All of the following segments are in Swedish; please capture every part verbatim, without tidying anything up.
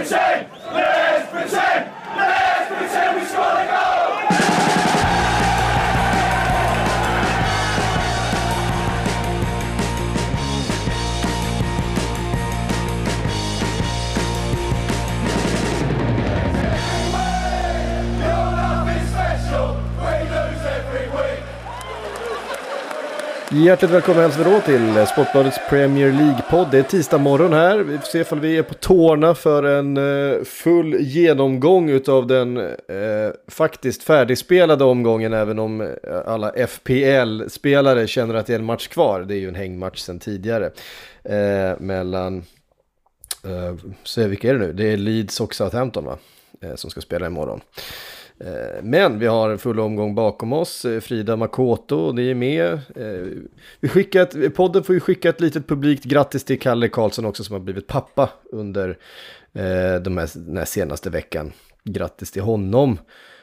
pretend! Let's pretend! Let's pretend we score the goal! Hjärtligt välkommen hälsar vi då till Sportbladets Premier League-podd. Det är tisdag morgon här. Vi får se ifall vi är på tårna för en uh, full genomgång utav den uh, faktiskt färdigspelade omgången, även om uh, alla F P L-spelare känner att det är en match kvar. Det är ju en hängmatch sedan tidigare uh, mellan uh, så vilka är det nu? Det är Leeds och Southampton, va? Uh, som ska spela imorgon. Men vi har en full omgång bakom oss. Frida Makoto, ni är med. Vi skickat, podden får ju skicka ett litet publikt grattis till Kalle Karlsson också, som har blivit pappa under de här, den här senaste veckan. Grattis till honom.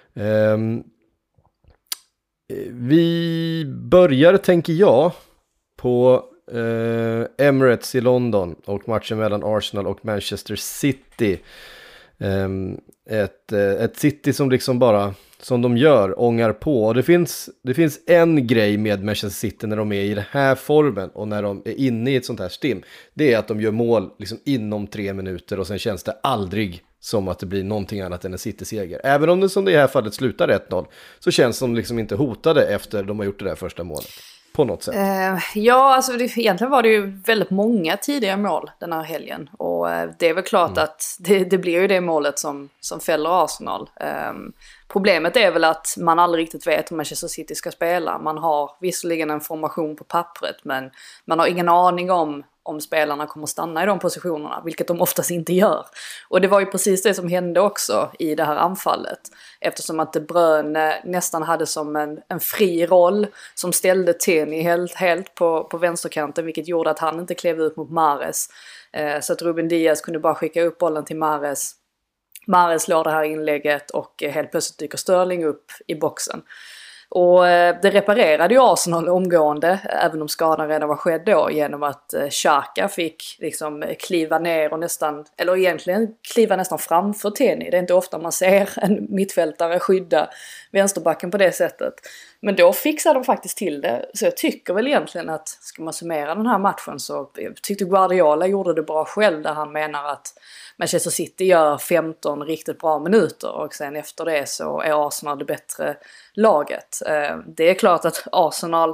Vi börjar, tänker jag, på Emirates i London och matchen mellan Arsenal och Manchester City. Um, ett, ett City som liksom bara, som de gör, ångar på. Och det finns, det finns en grej med Manchester City när de är i den här formen och när de är inne i ett sånt här stim. Det är att de gör mål liksom inom tre minuter och sen känns det aldrig som att det blir någonting annat än en City-seger. Även om det som det i det här fallet slutar ett noll, så känns de liksom inte hotade efter de har gjort det där första målet. På något sätt. Uh, ja, alltså det, egentligen var det ju väldigt många tidiga mål den här helgen. Och uh, det är väl klart mm. att det, det blir ju det målet som, som fäller Arsenal. Um, problemet är väl att man aldrig riktigt vet hur Manchester City ska spela. Man har visserligen en formation på pappret, men man har ingen aning om om spelarna kommer stanna i de positionerna, vilket de oftast inte gör. Och det var ju precis det som hände också i det här anfallet. Eftersom att De Bruyne nästan hade som en, en fri roll som ställde Tierney helt, helt på, på vänsterkanten, vilket gjorde att han inte klev ut mot Mahrez. Eh, så att Ruben Diaz kunde bara skicka upp bollen till Mahrez. Mahrez slår det här inlägget och eh, helt plötsligt dyker Sterling upp i boxen. Och det reparerade ju Arsenal omgående, även om skadan redan var skedd då, genom att Xhaka fick liksom kliva ner och nästan, eller egentligen kliva nästan framför Tierney. Det är inte ofta man ser en mittfältare skydda vänsterbacken på det sättet. Men då fixade de faktiskt till det. Så jag tycker väl egentligen att, ska man summera den här matchen, så jag tyckte Guardiola gjorde det bra själv, där han menar att Manchester City gör femton riktigt bra minuter och sen efter det så är Arsenal det bättre laget. Det är klart att Arsenal,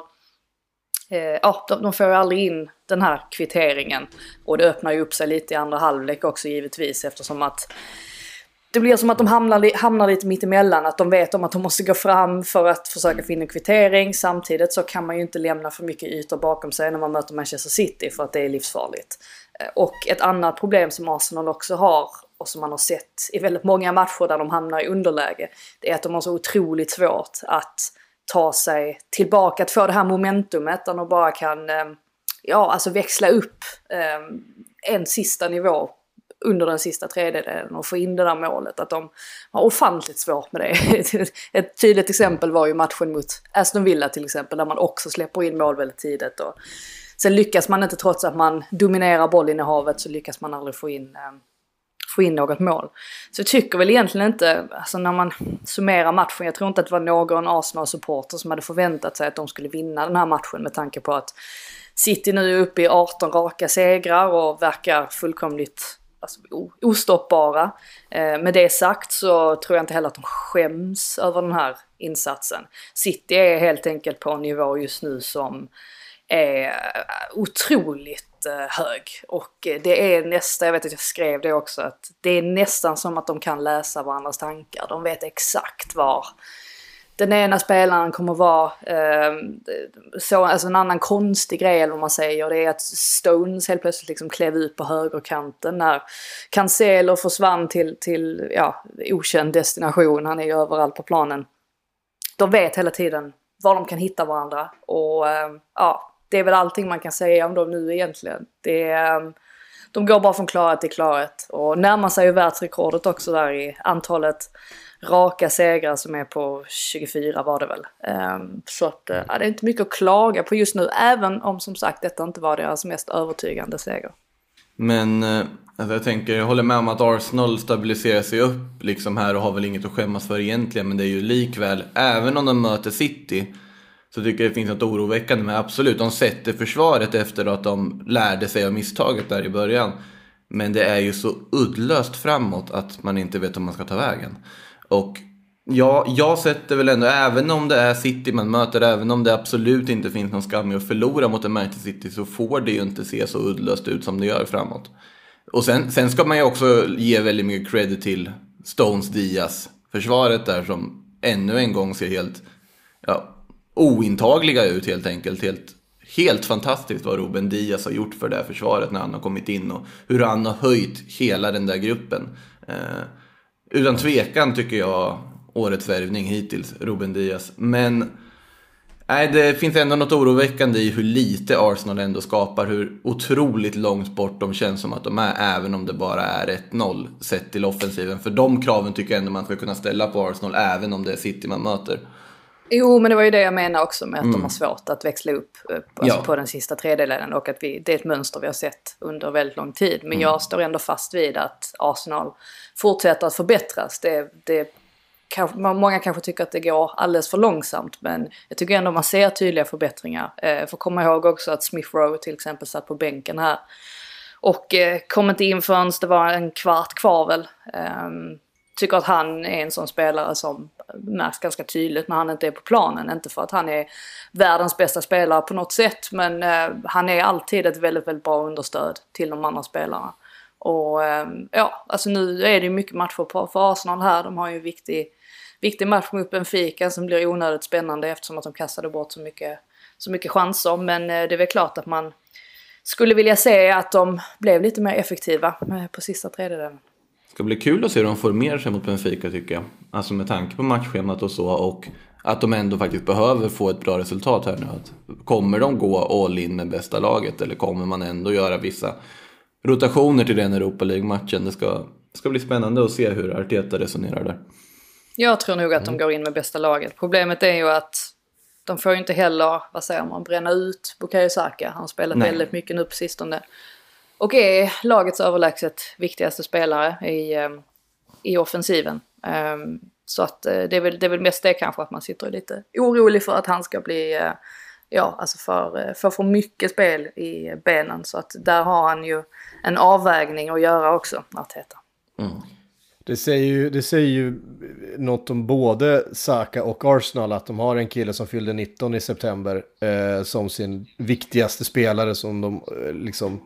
ja, de får ju aldrig in den här kvitteringen, och det öppnar ju upp sig lite i andra halvlek också givetvis, eftersom att det blir som att de hamnar, hamnar lite mitt emellan, att de vet om att de måste gå fram för att försöka finna kvittering. Samtidigt så kan man ju inte lämna för mycket ytor bakom sig när man möter Manchester City, för att det är livsfarligt. Och ett annat problem som Arsenal också har, och som man har sett i väldigt många matcher där de hamnar i underläge, det är att de har så otroligt svårt att ta sig tillbaka, att få det här momentumet där de bara kan ja, alltså växla upp en sista nivå under den sista tredjedelen och få in det där målet. Att de har ofantligt svårt med det. Ett tydligt exempel var ju matchen mot Aston Villa till exempel, där man också släpper in mål väldigt tidigt. Och sen lyckas man inte, trots att man dominerar bollinnehavet, så lyckas man aldrig få in, eh, få in något mål. Så jag tycker väl egentligen inte, alltså när man summerar matchen, jag tror inte att det var någon Arsenal-supporter som hade förväntat sig att de skulle vinna den här matchen, med tanke på att City nu är uppe i arton raka segrar och verkar fullkomligt alltså, ostoppbara. Eh, med det sagt så tror jag inte heller att de skäms över den här insatsen. City är helt enkelt på en nivå just nu som är otroligt hög, och det är nästan, jag vet att jag skrev det också, att det är nästan som att de kan läsa varandras tankar. De vet exakt var den ena spelaren kommer vara. Eh, så, alltså en annan konstig grej, eller vad man säger, det är att Stones helt plötsligt liksom klev ut på högerkanten när Cancelo försvann till, till ja, okänd destination. Han är ju överallt på planen. De vet hela tiden var de kan hitta varandra, och eh, ja, det är väl allting man kan säga om dem nu egentligen. Det är, de går bara från klarhet till klarhet, och närmar sig ju världsrekordet också där i antalet raka segrar, som är på tjugofyra var det väl. Um, så att, ja, det är inte mycket att klaga på just nu, även om som sagt detta inte var deras mest övertygande seger. Men alltså jag tänker, jag håller med om att Arsenal stabiliserar sig upp liksom här och har väl inget att skämmas för egentligen. Men det är ju likväl, även om de möter City, så tycker jag det finns något oroväckande med. Absolut, de sätter försvaret efter att de lärde sig av misstaget där i början. Men det är ju så uddlöst framåt att man inte vet om man ska ta vägen. Och ja, jag sätter väl ändå, även om det är City man möter, även om det absolut inte finns någon skam i att förlora mot en Manchester City, så får det ju inte se så uddlöst ut som det gör framåt. Och sen, sen ska man ju också ge väldigt mycket credit till Stones Diaz försvaret där, som ännu en gång ser helt ja, ointagliga ut helt enkelt. Helt, helt fantastiskt vad Ruben Diaz har gjort för det här försvaret när han har kommit in och hur han har höjt hela den där gruppen. Eh, utan tvekan tycker jag årets värvning hittills, Ruben Diaz. Men nej, det finns ändå något oroväckande i hur lite Arsenal ändå skapar, hur otroligt långt bort de känns som att de är, även om det bara är ett noll sett till offensiven. För de kraven tycker jag ändå man ska kunna ställa på Arsenal, även om det är City man möter. Jo, men det var ju det jag menar också med att Mm. de har svårt att växla upp alltså Ja. på den sista tredjedelen, och att vi, det är ett mönster vi har sett under väldigt lång tid. Men mm. jag står ändå fast vid att Arsenal fortsätter att förbättras. Det, det, kanske, många kanske tycker att det går alldeles för långsamt, men jag tycker ändå man ser tydliga förbättringar. Eh, får komma ihåg också att Smith Rowe till exempel satt på bänken här och eh, kom inte in förrän det var en kvart kvar väl. Um, tycker att han är en sån spelare som märks ganska tydligt när han inte är på planen. Inte för att han är världens bästa spelare på något sätt, men eh, han är alltid ett väldigt, väldigt bra understöd till de andra spelarna. Och eh, ja, alltså nu är det ju mycket matcher på, för Arsenal här. De har ju en viktig, viktig match mot Benfica som blir onödigt spännande eftersom att de kastade bort så mycket, så mycket chanser. Men eh, det är väl klart att man skulle vilja se att de blev lite mer effektiva på sista tredjedelen. Det ska bli kul att se hur de formerar sig mot Benfica tycker jag. Alltså med tanke på matchschemat och så, och att de ändå faktiskt behöver få ett bra resultat här nu. Att kommer de gå all in med bästa laget, eller kommer man ändå göra vissa rotationer till den Europa League-matchen? Det ska, det ska bli spännande att se hur Arteta resonerar där. Jag tror nog att de går in med bästa laget. Problemet är ju att de får ju inte heller, vad säger man, bränna ut Bukayo Saka. Han har spelat Nej. väldigt mycket nu på sistone. Och är lagets överlägset viktigaste spelare i, i offensiven. Um, så att det är, väl, det är väl mest det kanske, att man sitter lite orolig för att han ska bli, ja, alltså för, för för mycket spel i benen. Så att där har han ju en avvägning att göra också, Arteta. Mm. Det säger ju, det säger ju något om både Saka och Arsenal, att de har en kille som fyllde nitton i september eh, som sin viktigaste spelare, som de eh, liksom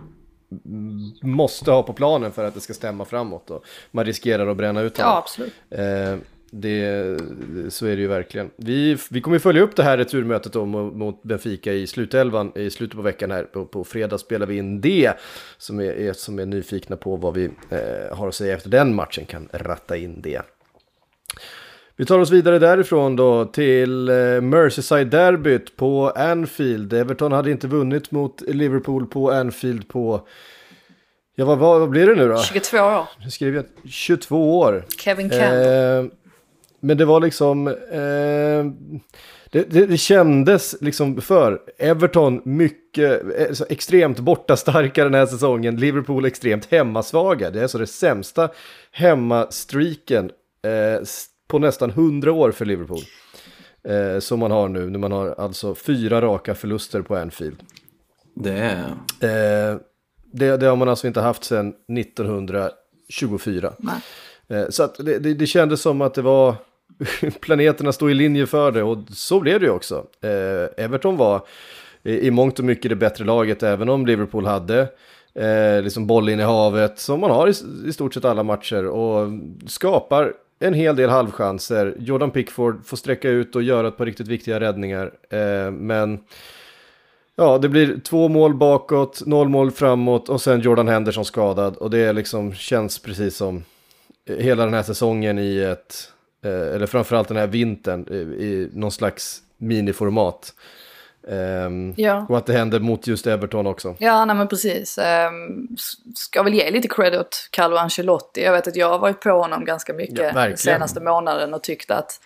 måste ha på planen för att det ska stämma framåt, och man riskerar att bränna ut honom. Ja, absolut. Eh, det, så är det ju verkligen. Vi, vi kommer följa upp det här returmötet då mot Benfica i slutelvan i slutet på veckan här. På, på fredag spelar vi in det, som är, är, som är nyfikna på vad vi eh, har att säga efter den matchen, kan ratta in det. Vi tar oss vidare därifrån då till eh, Merseyside-derbyt på Anfield. Everton hade inte vunnit mot Liverpool på Anfield på... Ja, vad, vad, vad blir det nu då? tjugotvå år. Nu skrev jag tjugotvå år. Kevin Campbell. Eh, men det var liksom... Eh, det, det, det kändes liksom för Everton mycket, alltså extremt borta starkare den här säsongen. Liverpool extremt hemmasvaga. Det är alltså det sämsta hemmastreaken eh, på nästan hundra år för Liverpool. Eh, som man har nu, när man har alltså fyra raka förluster på Anfield. Det är... Eh, det, det har man alltså inte haft sedan nittonhundratjugofyra. Eh, så att det, det, det kändes som att det var planeterna stod i linje för det, och så blev det ju också. Eh, Everton var i, i mångt och mycket det bättre laget, även om Liverpool hade eh, liksom boll in i havet som man har i, i stort sett alla matcher, och skapar en hel del halvchanser. Jordan Pickford får sträcka ut och göra ett par riktigt viktiga räddningar. Eh, men ja, det blir två mål bakåt, noll mål framåt, och sen Jordan Henderson skadad. Och det liksom känns precis som hela den här säsongen i ett, eh, eller framförallt den här vintern, i, i någon slags miniformat. Um, ja. Och att det händer mot just Everton också. Ja, nej men precis. Um, ska väl ge lite credit åt Carlo Ancelotti. Jag vet att jag har varit på honom ganska mycket ja, den senaste månaden och tyckt att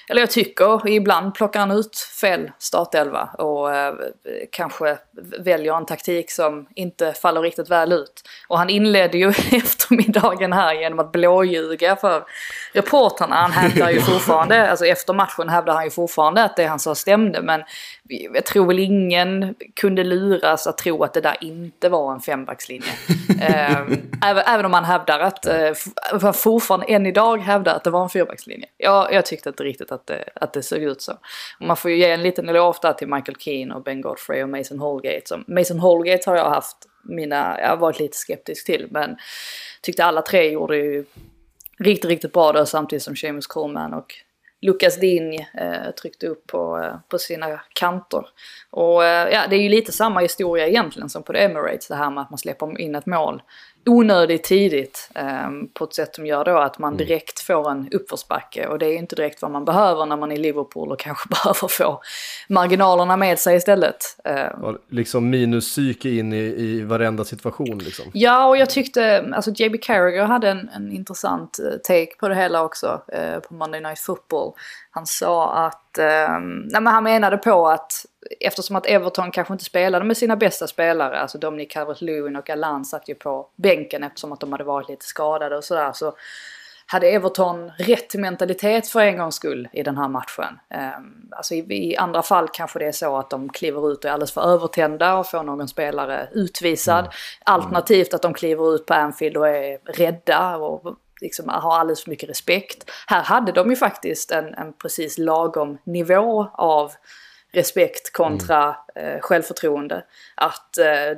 eller jag tycker, ibland plockar han ut fel startelva och eh, kanske väljer en taktik som inte faller riktigt väl ut. Och han inledde ju eftermiddagen här genom att blåljuga för reporterna. Han hävdar ju fortfarande, alltså efter matchen hävdar han ju fortfarande att det han sa stämde, men jag tror väl ingen kunde luras att tro att det där inte var en fembackslinje. eh, även, även om han hävdar att, eh, fortfarande än idag hävdar att det var en fyrbackslinje. Ja, jag tyckte inte riktigt att det, att det såg ut så. Och man får ju ge en liten eloge där till Michael Keane och Ben Godfrey och Mason Holgate. Som, Mason Holgate har jag haft mina, jag har varit lite skeptisk till, men tyckte alla tre gjorde ju riktigt, riktigt bra då, samtidigt som Seamus Coleman och Lucas Digne eh, tryckte upp på, eh, på sina kanter. Och eh, ja, det är ju lite samma historia egentligen som på The Emirates, det här med att man släpper in ett mål onödigt tidigt eh, på ett sätt som gör då att man direkt får en uppförsbacke, och det är inte direkt vad man behöver när man är i Liverpool och kanske behöver få marginalerna med sig istället. Eh. Liksom minuspsyke in i, i varenda situation liksom. Ja, och jag tyckte, alltså J B Carragher hade en, en intressant take på det hela också eh, på Monday Night Football. Han sa att, eh, nej men han menade på att eftersom att Everton kanske inte spelade med sina bästa spelare, alltså Dominic Calvert-Lewin och Allan satt ju på bänken eftersom att de hade varit lite skadade och sådär, så hade Everton rätt mentalitet för en gångs skull i den här matchen. Um, alltså i, i andra fall kanske det är så att de kliver ut och är alldeles för övertända och får någon spelare utvisad. Mm. Alternativt att de kliver ut på Anfield och är rädda och liksom har alldeles för mycket respekt. Här hade de ju faktiskt en, en precis lagom nivå av respekt kontra mm. eh, självförtroende. Att eh,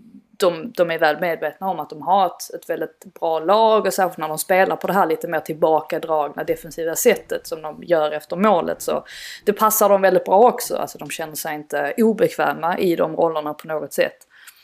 de, de är väl medvetna om att de har ett, ett väldigt bra lag, och särskilt när de spelar på det här lite mer tillbakadragna defensiva sättet som de gör efter målet, så det passar dem väldigt bra också. Alltså de känner sig inte obekväma i de rollerna på något sätt.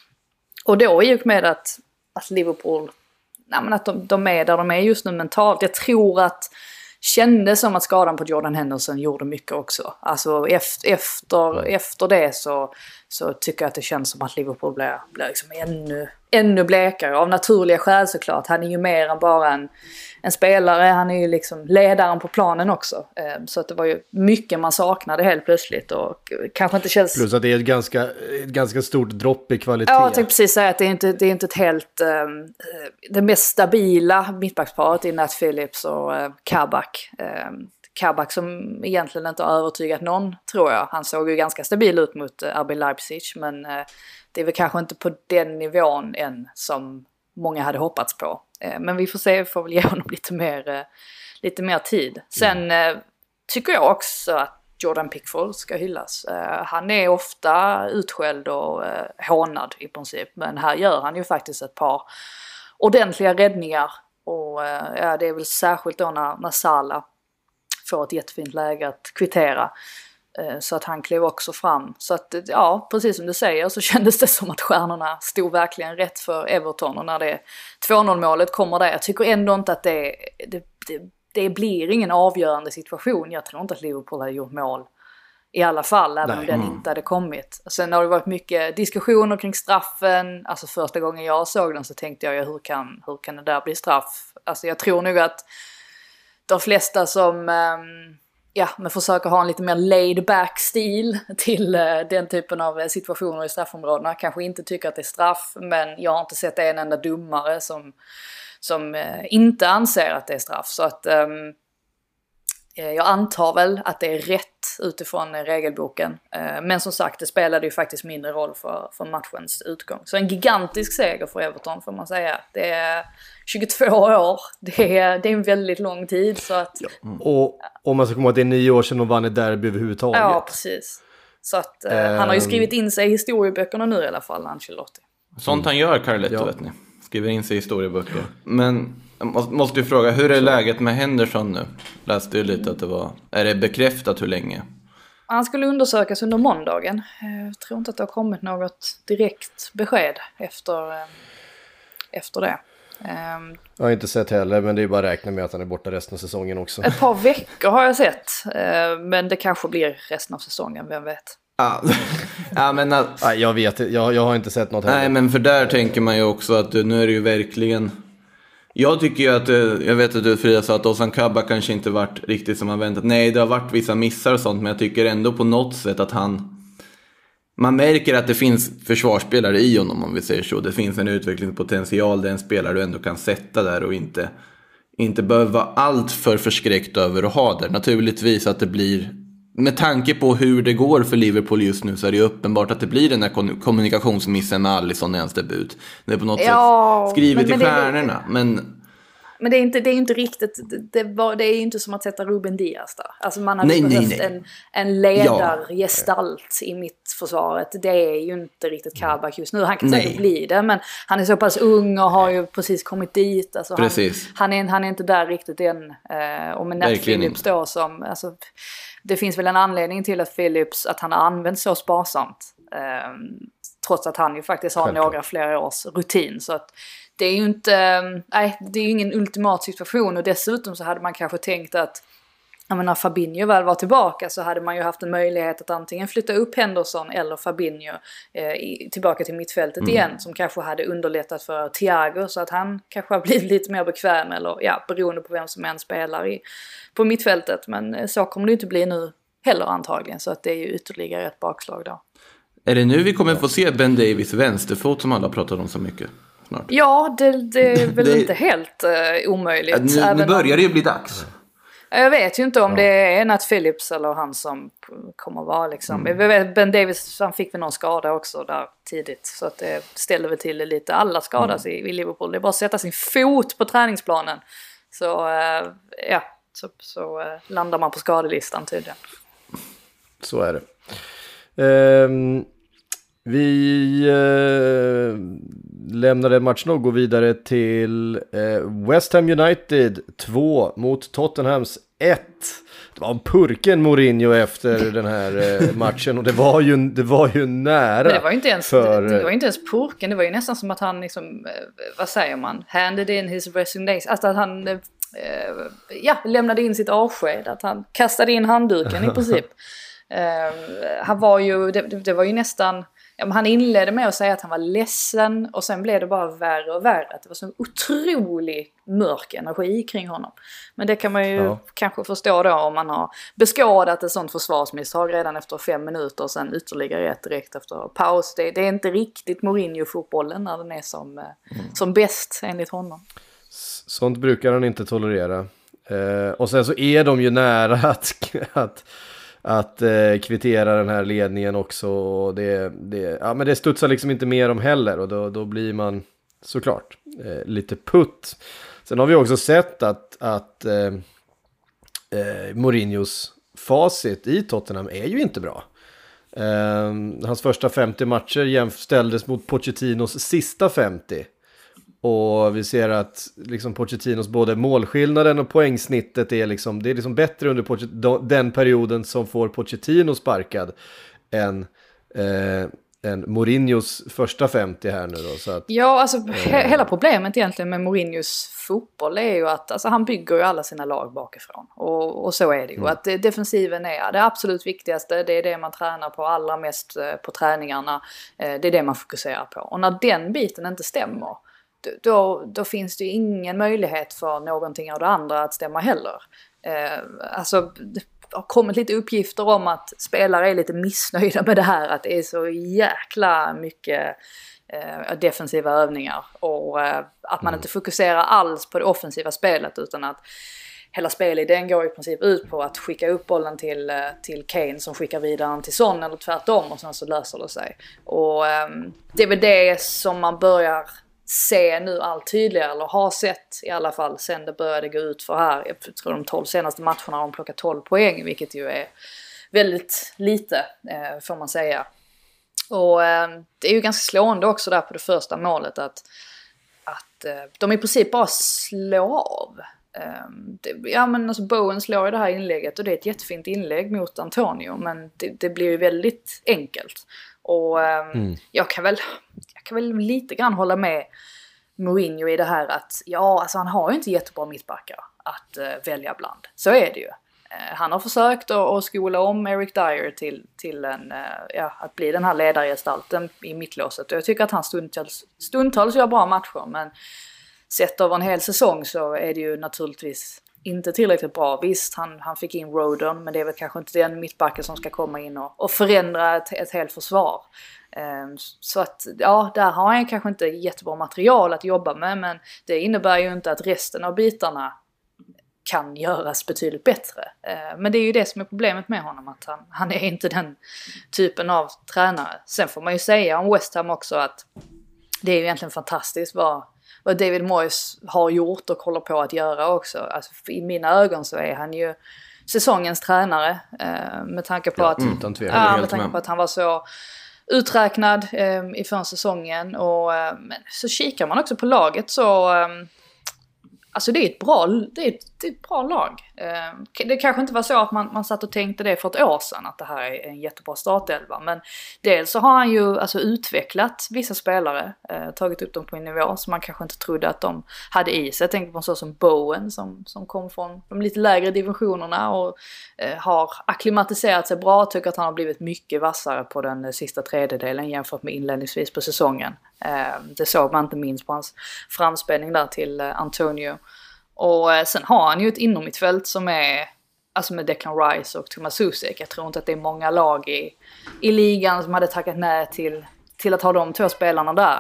Och då i och med att, att Liverpool, nej men att de, de är där de är just nu mentalt, jag tror att kändes som att skadan på Jordan Henderson gjorde mycket också. Alltså efter, efter, efter det så, så tycker jag att det känns som att Liverpool blir, blir liksom ännu, ännu blekare. Av naturliga skäl såklart. Han är ju mer än bara en, en spelare. Han är ju liksom ledaren på planen också. Så att det var ju mycket man saknade helt plötsligt. Och kanske inte känns... Plus att det är ett ganska, ett ganska stort dropp i kvalitet. Ja, jag tänkte precis säga att det är inte, det är inte ett helt... Um, det mest stabila mittbacksparet i Nat Phillips och uh, Kabak. Um, Kabak som egentligen inte har övertygat någon, tror jag. Han såg ju ganska stabil ut mot uh, R B Leipzig, men uh, det är väl kanske inte på den nivån än som många hade hoppats på. Uh, men vi får se, vi får väl ge honom lite mer, uh, lite mer tid. Sen uh, tycker jag också att Jordan Pickford ska hyllas. Uh, han är ofta utskälld och uh, hånad i princip, men här gör han ju faktiskt ett par ordentliga räddningar. Och uh, ja, det är väl särskilt då när, när Salah får ett jättefint läge att kvittera. Så att han klev också fram. Så att, ja, precis som du säger så kändes det som att stjärnorna stod verkligen rätt för Everton. Och när det två noll målet kommer där, jag tycker ändå inte att det, det, det, det blir ingen avgörande situation. Jag tror inte att Liverpool hade gjort mål i alla fall, även Nej. om den inte hade kommit. Sen har det varit mycket diskussioner kring straffen. Alltså första gången jag såg den så tänkte jag, hur kan, hur kan det där bli straff? Alltså jag tror nog att de flesta som um, ja, men försöker ha en lite mer laid back stil till uh, den typen av situationer i straffområdena kanske inte tycker att det är straff, men jag har inte sett en enda domare som, som uh, inte anser att det är straff. Så att um, jag antar väl att det är rätt utifrån regelboken. Uh, men som sagt, det spelade ju faktiskt mindre roll för, för matchens utgång. Så en gigantisk seger för Everton får man säga. Det är tjugotvå år, det är, det är en väldigt lång tid. Så att, ja. mm. Och om man ska komma ihåg att det är nio år sedan de vann ett derby överhuvudtaget. Ja, precis. Så att um, han har ju skrivit in sig i historieböckerna nu i alla fall, Ancelotti. Sånt han gör, Carletto, ja. vet ni. Skriver in sig i historieböcker. Men jag måste ju fråga, hur är läget med Henderson nu? Läste ju lite att det var... Är det bekräftat hur länge? Han skulle undersökas under måndagen. Jag tror inte att det har kommit något direkt besked efter, efter det. Jag har inte sett heller, men det är bara att räkna med att han är borta resten av säsongen också. Ett par veckor har jag sett, men det kanske blir resten av säsongen, vem vet. Ja, ja men att... Nej, jag vet, jag, jag har inte sett något heller. Nej, men för där tänker man ju också att nu är det ju verkligen Jag tycker ju att, jag vet att du Frida sa att Ozan Kabak kanske inte varit riktigt som man väntat. Nej, det har varit vissa missar och sånt, men jag tycker ändå på något sätt att han... Man märker att det finns försvarsspelare i honom, om vi säger så. Det finns en utvecklingspotential, det är en spelare du ändå kan sätta där och inte, inte behöver vara allt för förskräckt över att ha där. Naturligtvis att det blir, med tanke på hur det går för Liverpool just nu, så är det uppenbart att det blir den här kommunikationsmissen med Alisson i hans debut. Det är på något ja, sätt skrivet men, i men stjärnorna, det, men... Men det är inte, det är inte riktigt, det, var, det är ju inte som att sätta Ruben Diaz där. Alltså man hade nej, behövt nej, nej. en, en ledargestalt ja. i mittförsvaret. Det är ju inte riktigt Kabak just nu. Han kan säkert bli det, men han är så pass ung och har ju precis kommit dit. Alltså precis. Han, han, är, han är inte där riktigt än. Eh, och med Nat Phillips då som, alltså, det finns väl en anledning till att Phillips, att han har använt så sparsamt. Eh, trots att han ju faktiskt har Självklart. några flera års rutin, så att det är ju inte, nej, det är ju ingen ultimat situation, och dessutom så hade man kanske tänkt att, jag menar, Fabinho väl var tillbaka, så hade man ju haft en möjlighet att antingen flytta upp Henderson eller Fabinho eh, i, tillbaka till mittfältet mm. igen, som kanske hade underlättat för Thiago, så att han kanske har blivit lite mer bekväm, eller ja, beroende på vem som än spelar i, på mittfältet, men så kommer det inte bli nu heller antagligen, så att det är ju ytterligare ett bakslag då. Är det nu vi kommer få se Ben Davies vänsterfot som alla pratar om så mycket? Snart. Ja, det, det är väl det, inte helt uh, omöjligt. Ja, nu, nu börjar det ju bli dags. Jag vet ju inte om ja. det är Nat Phillips eller han som kommer vara liksom. Mm. Ben Davies, han fick väl någon skada också där tidigt, så att det ställer väl till det lite. Alla skadas mm. i, i Liverpool. Det är bara att sätta sin fot på träningsplanen. Så uh, ja, så, så uh, landar man på skadelistan tydligen. Så är det. Um... Vi eh, lämnade matchen och går vidare till eh, West Ham United två mot Tottenhams ett. Det var en purken Mourinho efter den här eh, matchen, och det var ju, det var ju nära. Men det var ju inte ens, för, det, det var inte ens purken, det var ju nästan som att han liksom, eh, vad säger man, handed in his resignation, alltså att han eh, ja, lämnade in sitt avsked, att han kastade in handduken i princip. eh, han var ju, det, det var ju nästan... Ja, men han inledde med att säga att han var ledsen, och sen blev det bara värre och värre. Att det var så otrolig mörk energi kring honom. Men det kan man ju ja. kanske förstå då om man har beskådat ett sånt försvarsmisstag redan efter fem minuter och sen ytterligare ett direkt efter paus. Det, det är inte riktigt Mourinho-fotbollen när den är som, mm. som bäst enligt honom. Sånt brukar han inte tolerera. Eh, och sen så är de ju nära att... att att eh, kvittera den här ledningen också, och det, det, ja, men det studsar liksom inte mer om heller, och då, då blir man såklart eh, lite putt. Sen har vi också sett att, att eh, eh, Mourinhos facit i Tottenham är ju inte bra. Eh, hans första femtio matcher jämställdes mot Pochettinos sista femtio. Och vi ser att liksom Pochettinos både målskillnaden och poängsnittet är liksom, det är liksom bättre under Pochet- den perioden som får Pochettino sparkad än, eh, än Mourinhos första femtio här nu då. Så att, ja, alltså he- hela problemet egentligen med Mourinhos fotboll är ju att alltså, han bygger ju alla sina lag bakifrån. Och, och så är det ju. Mm. Att det, defensiven är det absolut viktigaste. Det är det man tränar på allra mest eh, på träningarna. Eh, det är det man fokuserar på. Och när den biten inte stämmer, Då, då finns det ju ingen möjlighet för någonting av det andra att stämma heller. Eh, alltså, det har kommit lite uppgifter om att spelare är lite missnöjda med det här. Att det är så jäkla mycket eh, defensiva övningar. Och eh, att man mm. inte fokuserar alls på det offensiva spelet, utan att hela spelidén går i princip ut på att skicka upp bollen till, till Kane som skickar vidare den till Son, eller tvärtom, och sen så löser det sig. Och eh, det är väl det som man börjar se nu allt tydligare, eller har sett i alla fall sen det började gå ut för här. Jag tror de tolv senaste matcherna har de plockat tolv poäng, vilket ju är väldigt lite eh, får man säga. Och eh, det är ju ganska slående också där på det första målet att, att eh, de i princip bara slår av. Eh, det, ja men alltså Bowen slår i det här inlägget, och det är ett jättefint inlägg mot Antonio, men det, det blir ju väldigt enkelt. Och eh, mm. jag kan väl jag kan väl lite grann hålla med Mourinho i det här att ja, alltså han har ju inte jättebra mittbackar att uh, välja bland. Så är det ju. Uh, han har försökt att, att skola om Eric Dyer till, till en, uh, ja, att bli den här ledargestalten i mittlåset. Och jag tycker att han stundtals, stundtals gör bra matcher, men sett över en hel säsong så är det ju naturligtvis inte tillräckligt bra. Visst, han, han fick in Rodon, men det är väl kanske inte den mittbacken som ska komma in och, och förändra ett, ett helt försvar. Um, så att, ja, där har han kanske inte jättebra material att jobba med, men det innebär ju inte att resten av bitarna kan göras betydligt bättre. Uh, men det är ju det som är problemet med honom, att han, han är inte den typen av tränare. Sen får man ju säga om West Ham också att det är ju egentligen fantastiskt vad vad David Moyes har gjort och håller på att göra också. Alltså, i mina ögon så är han ju säsongens tränare. Eh, med tanke på ja, att, utan tvekan, ja, med tanke på att han var så uträknad eh, i förra säsongen. Och, eh, men så kikar man också på laget så... Eh, Alltså det är ett bra, det är ett, det är ett bra lag. Eh, det kanske inte var så att man, man satt och tänkte det för ett år sedan, att det här är en jättebra startelva. Men dels så har han ju alltså utvecklat vissa spelare, eh, tagit upp dem på en nivå som man kanske inte trodde att de hade i sig. Jag tänker på en sån som Bowen som, som kom från de lite lägre divisionerna och eh, har akklimatiserat sig bra. Tycker att han har blivit mycket vassare på den sista tredjedelen jämfört med inledningsvis på säsongen. Eh, det såg man inte minst på hans framspelning där till eh, Antonio. Och eh, sen har han ju ett inommittfält som är, alltså med Declan Rice och Thomas Susek. Jag tror inte att det är många lag i, i ligan som hade tackat nej till, till att ha de två spelarna där.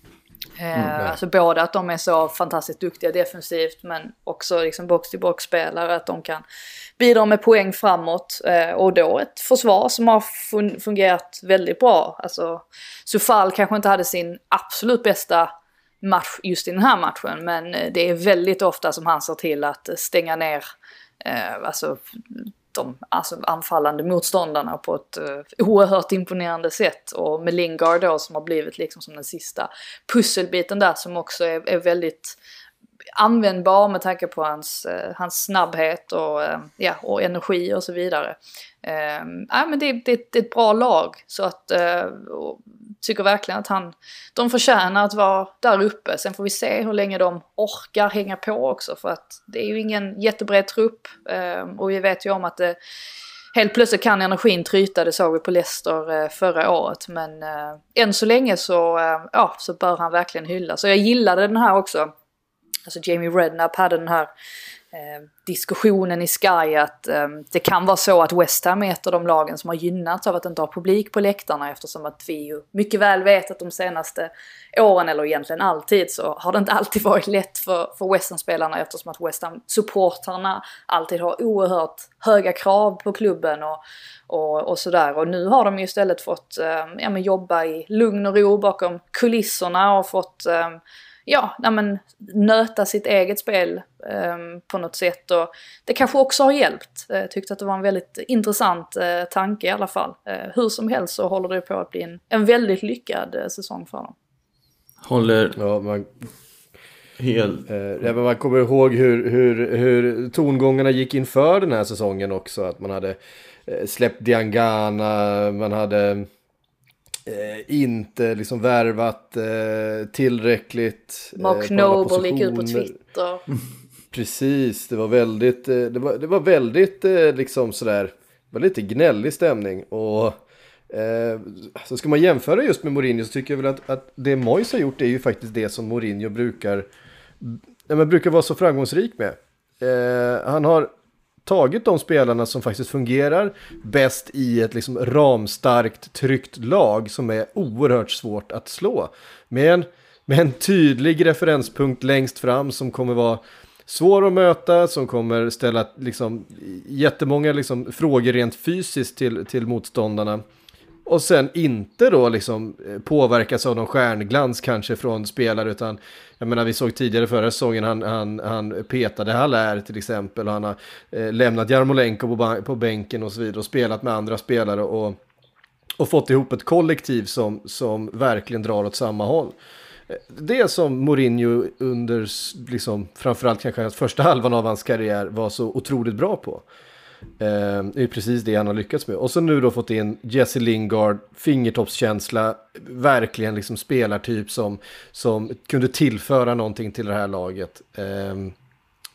Eh, mm, alltså både att de är så fantastiskt duktiga defensivt, men också liksom box-till-box-spelare, att de kan bidra med poäng framåt. Eh, och då ett försvar som har fun- fungerat väldigt bra. Alltså Sufal kanske inte hade sin absolut bästa match just i den här matchen, men det är väldigt ofta som han ser till att stänga ner eh, alltså, de alltså, anfallande motståndarna på ett eh, oerhört imponerande sätt. Och med Lingard då, som har blivit liksom som den sista pusselbiten där, som också är, är väldigt användbar med tanke på hans, eh, hans snabbhet och, eh, ja, och energi och så vidare. Eh, ja, men det, det, det är ett bra lag, så att eh, tycker verkligen att han, de förtjänar att vara där uppe. Sen får vi se hur länge de orkar hänga på också, för att det är ju ingen jättebred trupp eh, och vi vet ju om att det helt plötsligt kan energin tryta. Det såg vi på Leicester eh, förra året, men eh, än så länge så, eh, ja, så bör han verkligen hylla. Så jag gillade den här också. Alltså Jamie Redknapp hade den här eh, diskussionen i Sky att eh, det kan vara så att West Ham är ett av de lagen som har gynnats av att inte ha publik på läktarna, eftersom att vi ju mycket väl vet att de senaste åren, eller egentligen alltid, så har det inte alltid varit lätt för, för West Ham-spelarna, eftersom att West Ham-supportarna alltid har oerhört höga krav på klubben och, och, och sådär. Och nu har de ju istället fått eh, ja, men jobba i lugn och ro bakom kulisserna och fått eh, ja, men nöta sitt eget spel eh, på något sätt. Och det kanske också har hjälpt. Jag tyckte att det var en väldigt intressant eh, tanke i alla fall. Eh, hur som helst så håller det på att bli en, en väldigt lyckad eh, säsong för dem. Håller ja, man, helt... eh, man kommer ihåg hur, hur, hur tongångarna gick inför den här säsongen också. Att man hade eh, släppt Diangana, man hade... Eh, inte liksom värvat eh, tillräckligt. Mark eh, Noble gick ut på Twitter. Precis, det var väldigt eh, det, var, det var väldigt eh, liksom sådär, var lite gnällig stämning. Och eh, så ska man jämföra just med Mourinho, så tycker jag väl att, att det Moyes har gjort är ju faktiskt det som Mourinho brukar ja, men brukar vara så framgångsrik med. Eh, han har tagit de spelarna som faktiskt fungerar bäst i ett liksom ramstarkt, tryggt lag som är oerhört svårt att slå. Med en, med en tydlig referenspunkt längst fram som kommer vara svår att möta, som kommer ställa liksom jättemånga liksom frågor rent fysiskt till, till motståndarna. Och sen inte då liksom påverkas av någon stjärnglans kanske från spelare, utan jag menar, vi såg tidigare förra säsongen han, han, han petade Haller till exempel, och han har eh, lämnat Jarmolenko på, på bänken och så vidare och spelat med andra spelare och, och fått ihop ett kollektiv som, som verkligen drar åt samma håll. Det som Mourinho under liksom, framförallt kanske första halvan av hans karriär var så otroligt bra på. Eh, det är precis det han har lyckats med. Och så nu då fått in Jesse Lingard, fingertoppskänsla, verkligen liksom spelartyp som, som kunde tillföra någonting till det här laget. Eh,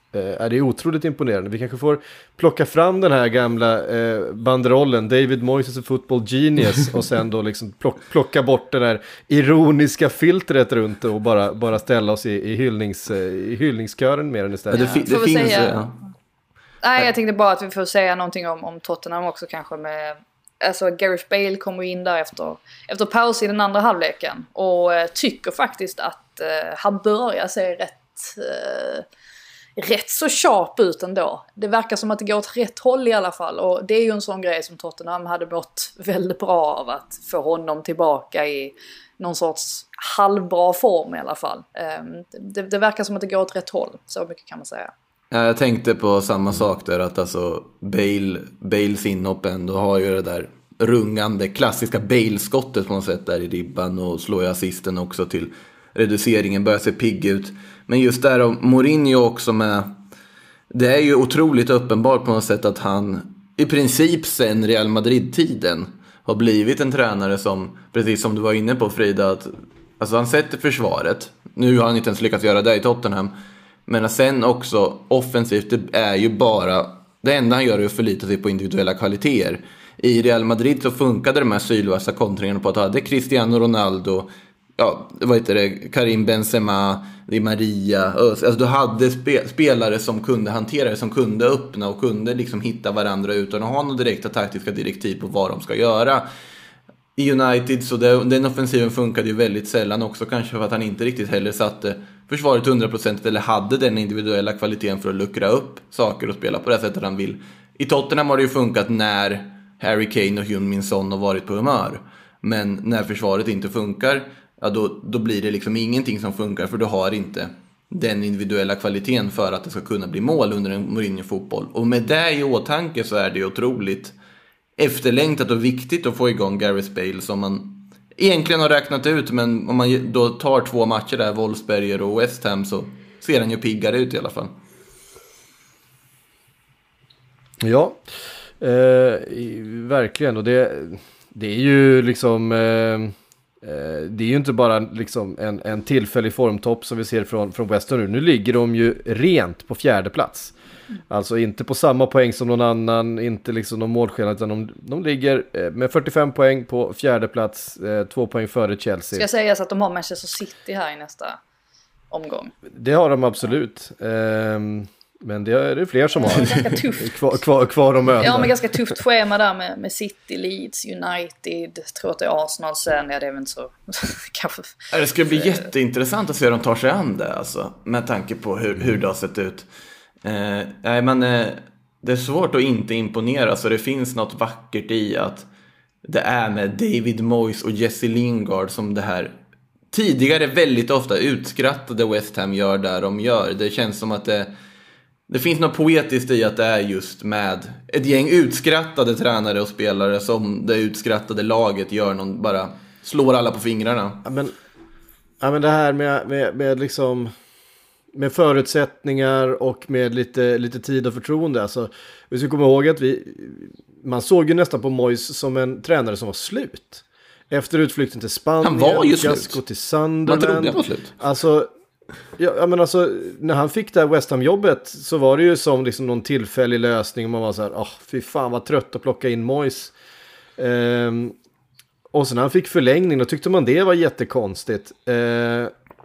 eh, är det otroligt imponerande. Vi kanske får plocka fram den här gamla eh, banderollen, David Moyes is a football genius, och sen då liksom plock, plocka bort det där ironiska filtret runt och bara, bara ställa oss i, i, hyllnings, i hyllningskören mer än istället. Ja, det, fi- det finns... Säga, ja. Nej, jag tänkte bara att vi får säga någonting om, om Tottenham också kanske med... Alltså Gareth Bale kommer in där efter, efter paus i den andra halvleken och eh, tycker faktiskt att eh, han börjar se rätt, eh, rätt så sharp ut ändå. Det verkar som att det går åt rätt håll i alla fall, och det är ju en sån grej som Tottenham hade mått väldigt bra av, att få honom tillbaka i någon sorts halvbra form i alla fall. Eh, det, det verkar som att det går åt rätt håll, så mycket kan man säga. Jag tänkte på samma sak där, att alltså Bale, Bales inhopp ändå har ju det där rungande klassiska Bale-skottet på något sätt där i ribban, och slår ju assisten också till reduceringen, börjar se pigg ut. Men just där och Mourinho också med, det är ju otroligt uppenbart på något sätt att han i princip sen Real Madrid-tiden har blivit en tränare som, precis som du var inne på Frida, att alltså han sätter försvaret. Nu har han inte ens lyckats göra det i Tottenham. Men sen också offensivt, det är ju bara, det enda han gör är att förlita sig på individuella kvaliteter. I Real Madrid så funkade de här sylvassa kontringarna på att ha det Cristiano Ronaldo, ja, vad heter det, Karim Benzema, Di Maria. Alltså du hade spe, spelare som kunde hantera det, som kunde öppna och kunde liksom hitta varandra utan att ha några direkta taktiska direktiv på vad de ska göra. I United så det, den offensiven funkade ju väldigt sällan också, kanske för att han inte riktigt heller satte försvaret hundra procent eller hade den individuella kvaliteten för att luckra upp saker och spela på det sättet han vill. I Tottenham har det ju funkat när Harry Kane och Heung-min Son har varit på humör. Men när försvaret inte funkar, ja då, då blir det liksom ingenting som funkar, för du har inte den individuella kvaliteten för att det ska kunna bli mål under en Mourinho-fotboll. Och med det i åtanke så är det otroligt efterlängtat och viktigt att få igång Gareth Bale, som man egentligen har räknat ut, men om man då tar två matcher där, Wolfsberger och West Ham, så ser han ju piggare ut i alla fall. Ja, eh, verkligen, och det, det är ju liksom eh, det är ju inte bara liksom en, en tillfällig formtopp som vi ser från, från West Ham nu. Nu ligger de ju rent på fjärde plats. Alltså inte på samma poäng som någon annan, inte liksom någon målskillnad, utan de, de ligger med fyrtiofem poäng på fjärde plats, eh, två poäng före Chelsea. Ska sägas att de har Manchester City här i nästa omgång. Det har de absolut. Ehm, men det är det fler som har. Ganska tufft. kvar, kvar, kvar att möta. Ja, men ganska tufft schema där med, med City, Leeds, United, tror att det är Arsenal sen, ja det är väl inte så kanske. Det ska bli jätteintressant att se hur de tar sig an det, alltså, med tanke på hur, hur det har sett ut. Eh, nej, men eh, det är svårt att inte imponera, så det finns något vackert i att det är med David Moyes och Jesse Lingard som det här tidigare väldigt ofta utskrattade West Ham gör där de gör. Det känns som att det, det finns något poetiskt i att det är just med ett gäng utskrattade tränare och spelare som det utskrattade laget gör någon, bara slår alla på fingrarna. Ja, men, ja, men det här med, med, med liksom med förutsättningar och med lite, lite tid och förtroende. Alltså, vi ska komma ihåg att vi, man såg ju nästan på Moyes som en tränare som var slut. Efter utflykten till Spanien, han var ju fiasko slut. till Sunderland. Man trodde han var slut. Alltså, ja, ja, men alltså, när han fick det här West Ham-jobbet så var det ju som liksom någon tillfällig lösning. Och man var så här, åh, oh, fy fan vad trött att plocka in Moyes. Ehm, och sen när han fick förlängning, då tyckte man det var jättekonstigt. Ehm,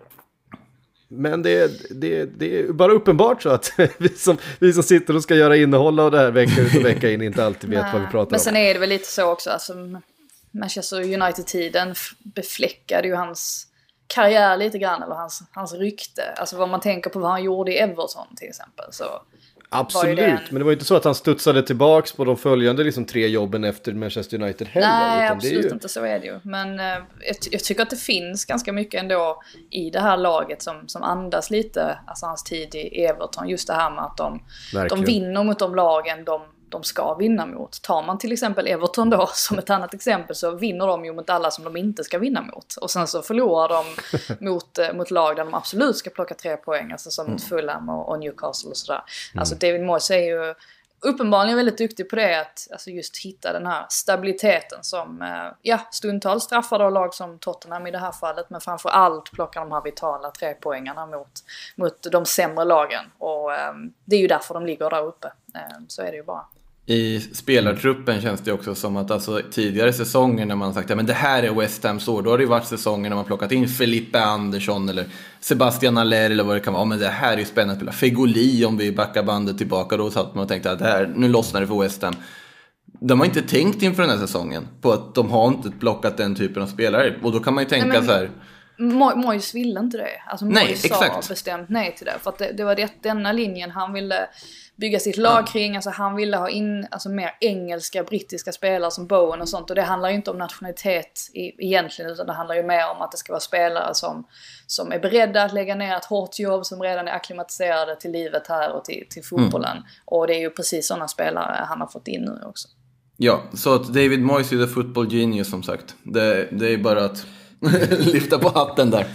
Men det, det, det är bara uppenbart så att vi som, vi som sitter och ska göra innehåll av det här vecka ut och vecka in inte alltid vet vad vi pratar om. Men sen är det väl lite så också, alltså, Manchester United-tiden befläckade ju hans karriär lite grann, eller hans, hans rykte. Alltså vad man tänker på vad han gjorde i Everton till exempel. Så absolut, en... men det var ju inte så att han studsade tillbaks på de följande liksom, tre jobben efter Manchester United heller. Nej, utan absolut det är ju... inte, så är det ju. Men eh, jag, jag tycker att det finns ganska mycket ändå i det här laget som, som andas lite, alltså hans tid i Everton. Just det här med att de, de vinner mot de lagen de, de ska vinna mot. Tar man till exempel Everton då som ett annat exempel, så vinner de ju mot alla som de inte ska vinna mot. Och sen så förlorar de mot, mot lag där de absolut ska plocka tre poäng, alltså som mm. Fulham och, och Newcastle och sådär. Mm. Alltså David Moyes är ju uppenbarligen väldigt duktig på det, att alltså just hitta den här stabiliteten som ja, stundtals straffar då lag som Tottenham i det här fallet, men framför allt plockar de här vitala trepoängarna mot, mot de sämre lagen. Och Och um, det är ju därför de ligger där uppe. Um, så är det ju bara. I spelartruppen känns det också som att alltså, tidigare säsonger när man sagt ja, men det här är West Hams år, då har det ju varit säsonger när man plockat in Felipe Andersson eller Sebastian Haller eller vad det kan vara. Ja, men det här är ju spännande att spela. Fegoli, om vi backar bandet tillbaka, då satt man och tänkte att det här, nu lossnar det för West Ham. De har inte tänkt inför den här säsongen på att de har inte plockat den typen av spelare. Och då kan man ju tänka nej, men, så här. Mo- Moyes ville inte det. Alltså nej, Moyes sa bestämt nej till det. För att det, det var det, denna linjen han ville bygga sitt lag ja. kring. Alltså han ville ha in alltså, mer engelska, brittiska spelare som Bowen och sånt. Och det handlar ju inte om nationalitet i, egentligen, utan det handlar ju mer om att det ska vara spelare som, som är beredda att lägga ner ett hårt jobb, som redan är akklimatiserade till livet här och till, till fotbollen. Mm. Och det är ju precis sådana spelare han har fått in nu också. Ja, så att David Moyes är the football genius som sagt. Det, det är bara att lyfta på hatten där.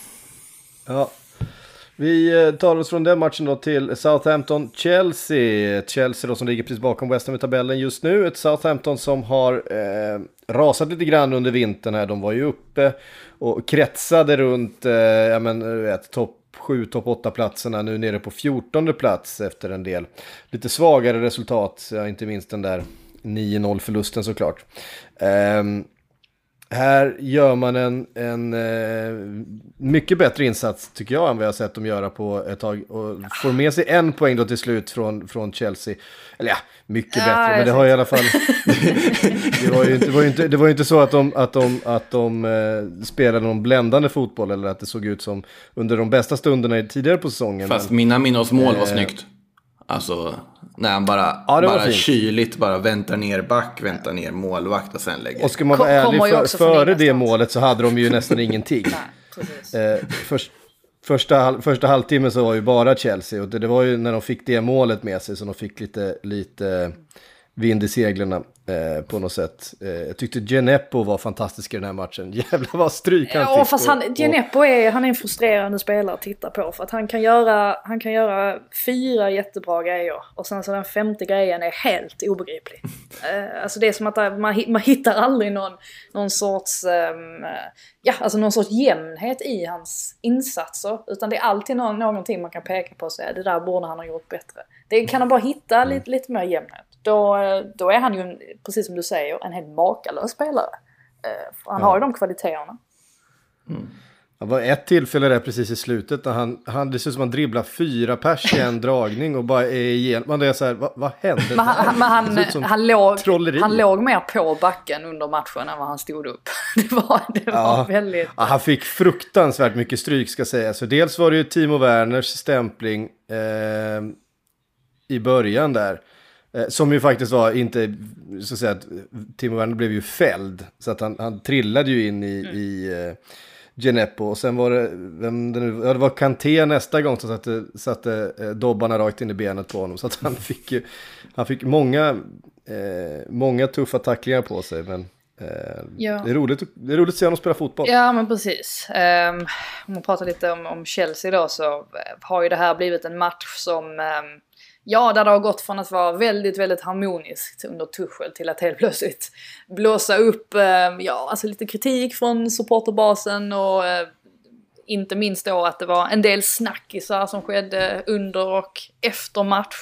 Ja. Vi tar oss från den matchen då till Southampton-Chelsea. Chelsea då som ligger precis bakom West Ham i tabellen just nu. Ett Southampton som har eh, rasat lite grann under vintern här. De var ju uppe och kretsade runt eh, ja, men, vet, topp sju, topp åtta platserna. Nu nere på fjortonde plats efter en del lite svagare resultat. Ja, inte minst den där nio noll förlusten såklart. Ehm Här gör man en, en eh, mycket bättre insats tycker jag än vad jag har sett dem göra på ett tag. Och får med sig en poäng då till slut från, från Chelsea. Eller ja, mycket ja, bättre. Men det har i alla fall... det, var ju inte, det, var ju inte, det var ju inte så att de, att de, att de eh, spelade någon bländande fotboll. Eller att det såg ut som under de bästa stunderna tidigare på säsongen. Fast men, mina Minos mål var eh, snyggt. Alltså, när han bara, ja, bara kyligt bara väntar ner back, väntar ner målvakt och sen lägger. Och ska man vara ärlig, för, före det målet så hade de ju nästan ingenting. Nej, eh, först, första, första halvtimmen så var ju bara Chelsea. Och det, det var ju när de fick det målet med sig så de fick lite, lite vind i seglarna eh, på något sätt. Eh, jag tyckte Djenepo var fantastisk i den här matchen. Jävlar vad stryk han ja, fick. Fast han, Djenepo är, han är en frustrerande spelare att titta på. För att han kan göra, han kan göra fyra jättebra grejer. Och sen så den femte grejen är helt obegriplig. eh, alltså det är som att man, man hittar aldrig någon, någon sorts um, ja, alltså någon sorts jämnhet i hans insatser. Utan det är alltid någon, någonting man kan peka på och säga det där borde han ha gjort bättre. Det kan han bara hitta mm. lite, lite mer jämnhet. Då, då är han ju, precis som du säger, en helt makalös spelare. För han ja. har ju de kvaliteterna. Mm. Det var ett tillfälle där precis i slutet när han, han det ser ut som att han dribblar fyra pers i en dragning och bara är igen. Man är så här, vad, vad hände? Men han, men han, han, låg, han låg mer på backen under matchen än vad han stod upp. Det var, det var ja. väldigt... Ja, han fick fruktansvärt mycket stryk ska sägas. Så dels var det ju Timo Werners stämpling eh, i början där. Eh, som ju faktiskt var inte, så att säga, att Timo Werner blev ju fälld. Så att han, han trillade ju in i, mm. i eh, Djenepo. Och sen var det, vem det, nu, ja, det var Kanté nästa gång som satte, satte eh, dobbarna rakt in i benet på honom. Så att han fick ju, han fick många, eh, många tuffa tacklingar på sig. Men eh, ja. det, är roligt, det är roligt att se honom spela fotboll. Ja, men precis. Um, om man pratar lite om, om Chelsea då, så har ju det här blivit en match som... Um, Ja, där det har gått från att vara väldigt, väldigt harmoniskt under Tuchel till att helt plötsligt blåsa upp eh, ja, alltså lite kritik från supporterbasen och eh, inte minst då att det var en del snackisar som skedde under och efter match.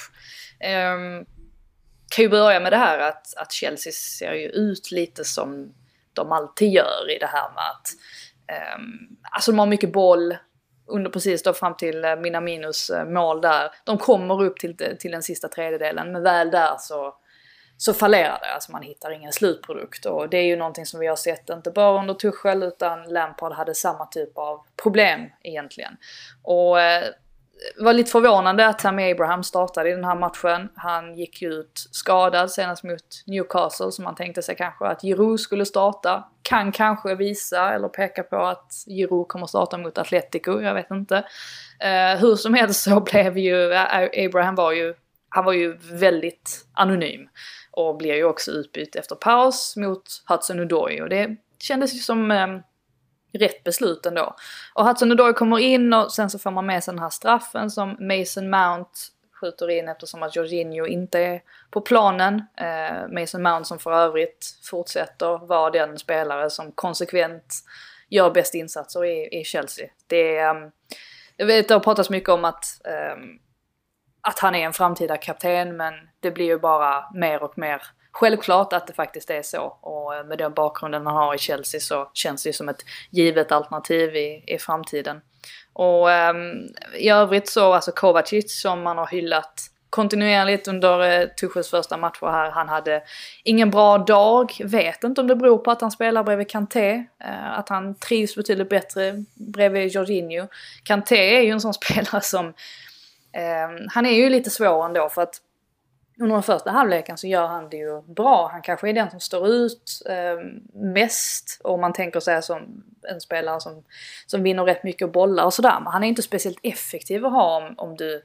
Eh, kan ju börja med det här att, att Chelsea ser ju ut lite som de alltid gör i det här med att eh, alltså de har mycket boll under precis då fram till Minaminos mål där. De kommer upp till, till den sista tredjedelen, men väl där så, så fallerar det. Alltså man hittar ingen slutprodukt. Och det är ju någonting som vi har sett inte bara under Tuchel, utan Lampard hade samma typ av problem egentligen. Och eh, var lite förvånande att Tammy Abraham startade i den här matchen. Han gick ut skadad senast mot Newcastle, så man tänkte sig kanske att Giroud skulle starta. Kan kanske visa eller peka på att Giroud kommer starta mot Atletico, jag vet inte. Uh, hur som helst så blev ju, Abraham var ju, han var ju väldigt anonym. Och blev ju också utbytt efter paus mot Hudson-Odoi. Och det kändes ju som... Um, rätt beslut ändå. Och Hudson-Odoi kommer in och sen så får man med sig den här straffen som Mason Mount skjuter in eftersom att Jorginho inte är på planen. Eh, Mason Mount som för övrigt fortsätter vara den spelare som konsekvent gör bäst insatser i, i Chelsea. Det, um, jag vet, det har pratats mycket om att um, att han är en framtida kapten, men det blir ju bara mer och mer självklart att det faktiskt är så. Och med den bakgrunden han har i Chelsea så känns det som ett givet alternativ i, i framtiden. Och um, i övrigt så, alltså Kovacic som man har hyllat kontinuerligt under eh, Tuchels första matcher här. Han hade ingen bra dag. Vet inte om det beror på att han spelar bredvid Kanté. Eh, att han trivs betydligt bättre bredvid Jorginho. Kanté är ju en sån spelare som... Eh, han är ju lite svår ändå för att under den första halvleken så gör han det ju bra. Han kanske är den som står ut eh, mest. Och man tänker sig som en spelare som, som vinner rätt mycket bollar och sådär. Men han är inte speciellt effektiv att ha om, om du...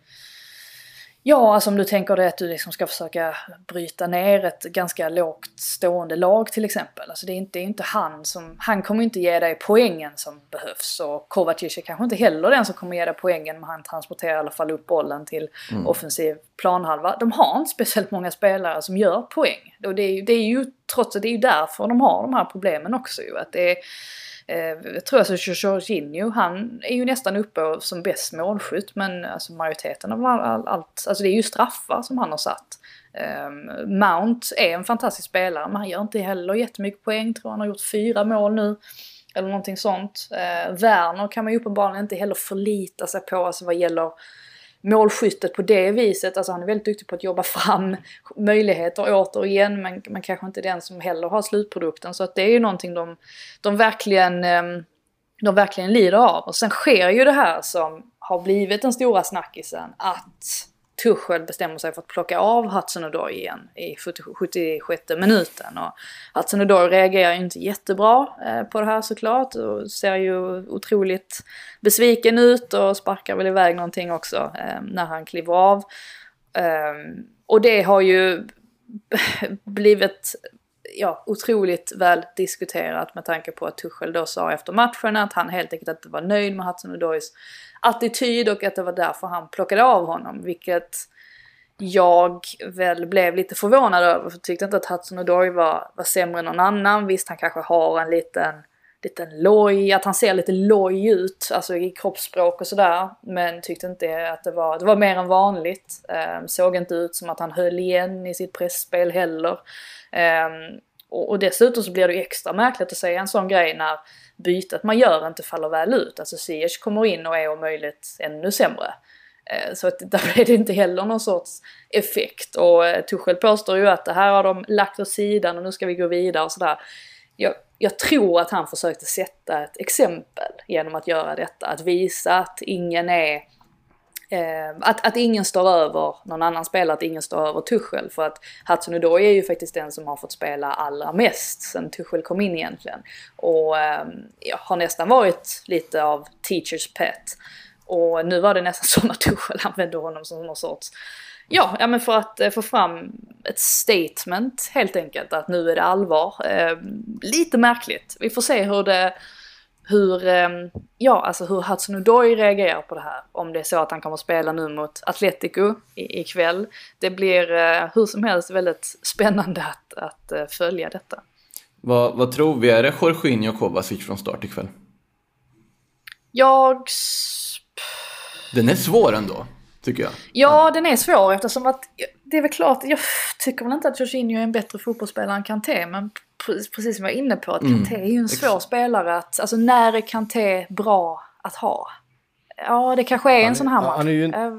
Ja, alltså om du tänker dig att du liksom ska försöka bryta ner ett ganska lågt stående lag till exempel. Alltså det är inte, det är inte han som... Han kommer inte ge dig poängen som behövs. Och Kovacic är kanske inte heller den som kommer ge dig poängen. Men han transporterar i alla fall upp bollen till mm. offensiv planhalva. De har inte speciellt många spelare som gör poäng. Och det är ju, det är ju trots att det är ju därför de har de här problemen också ju. Att det är... Jag tror alltså Jorginho, han är ju nästan uppe som bäst målskytt, men alltså majoriteten av allt, alltså det är ju straffar som han har satt. Um, Mount är en fantastisk spelare, men han gör inte heller jättemycket poäng, tror han har gjort fyra mål nu eller någonting sånt. Uh, Werner kan man ju uppenbarligen inte heller förlita sig på, alltså vad gäller målskyttet på det viset. Alltså han är väldigt duktig på att jobba fram möjligheter återigen, men man kanske inte är den som heller har slutprodukten. Så att det är ju någonting de, de, verkligen, de verkligen lider av. Och sen sker ju det här som har blivit den stora snackisen, att Tuchel bestämmer sig för att plocka av Hudson-Odoi igen i sjuttiosjätte minuten. Och Hudson-Odoi reagerar ju inte jättebra eh, på det här såklart. Och ser ju otroligt besviken ut och sparkar väl iväg någonting också eh, när han kliver av. Eh, och det har ju blivit ja, otroligt väl diskuterat med tanke på att Tuchel då sa efter matchen att han helt enkelt inte var nöjd med Hudson-Odois attityd och att det var därför han plockade av honom, vilket jag väl blev lite förvånad över, för jag tyckte inte att Hudson-Odoi var, var sämre än någon annan. Visst, han kanske har en liten, liten loj, att han ser lite loj ut, alltså i kroppsspråk och sådär, men tyckte inte att det var, det var mer än vanligt. Um, såg inte ut som att han höll igen i sitt pressspel heller. Um, och, och dessutom så blir det ju extra märkligt att säga en sån grej när bytet man gör inte faller väl ut. Alltså Ziyech kommer in och är om möjligt ännu sämre. Så att där blir det inte heller någon sorts effekt. Och Tuchel påstår ju att det här har de lagt åt sidan och nu ska vi gå vidare och sådär. Jag, jag tror att han försökte sätta ett exempel genom att göra detta. Att visa att ingen är... Eh, att, att ingen står över någon annan spelare, att ingen står över Tuchel. För att Hudson-Odoi är ju faktiskt den som har fått spela allra mest sen Tuchel kom in egentligen. Och eh, ja, har nästan varit lite av teachers pet. Och nu var det nästan som att Tuchel använde honom som någon sorts... Ja, ja men för att eh, få fram ett statement helt enkelt. Att nu är det allvar. Eh, lite märkligt. Vi får se hur det... Hur, ja, alltså hur Hudson-Odoi reagerar på det här. Om det är så att han kommer att spela nu mot Atletico i, ikväll. Det blir uh, hur som helst väldigt spännande att, att uh, följa detta. Vad, vad tror vi? Är det Jorginho och Kovacic från start ikväll? Jag... Den är svår ändå, tycker jag. Ja, den är svår eftersom att... Det är väl klart, jag tycker väl inte att Jorginho är en bättre fotbollsspelare än Kanté, men precis som jag var inne på, att Kanté är ju en svår mm. spelare att, alltså när är Kanté bra att ha? Ja, det kanske är han, en sån här match. Han är ju en... uh,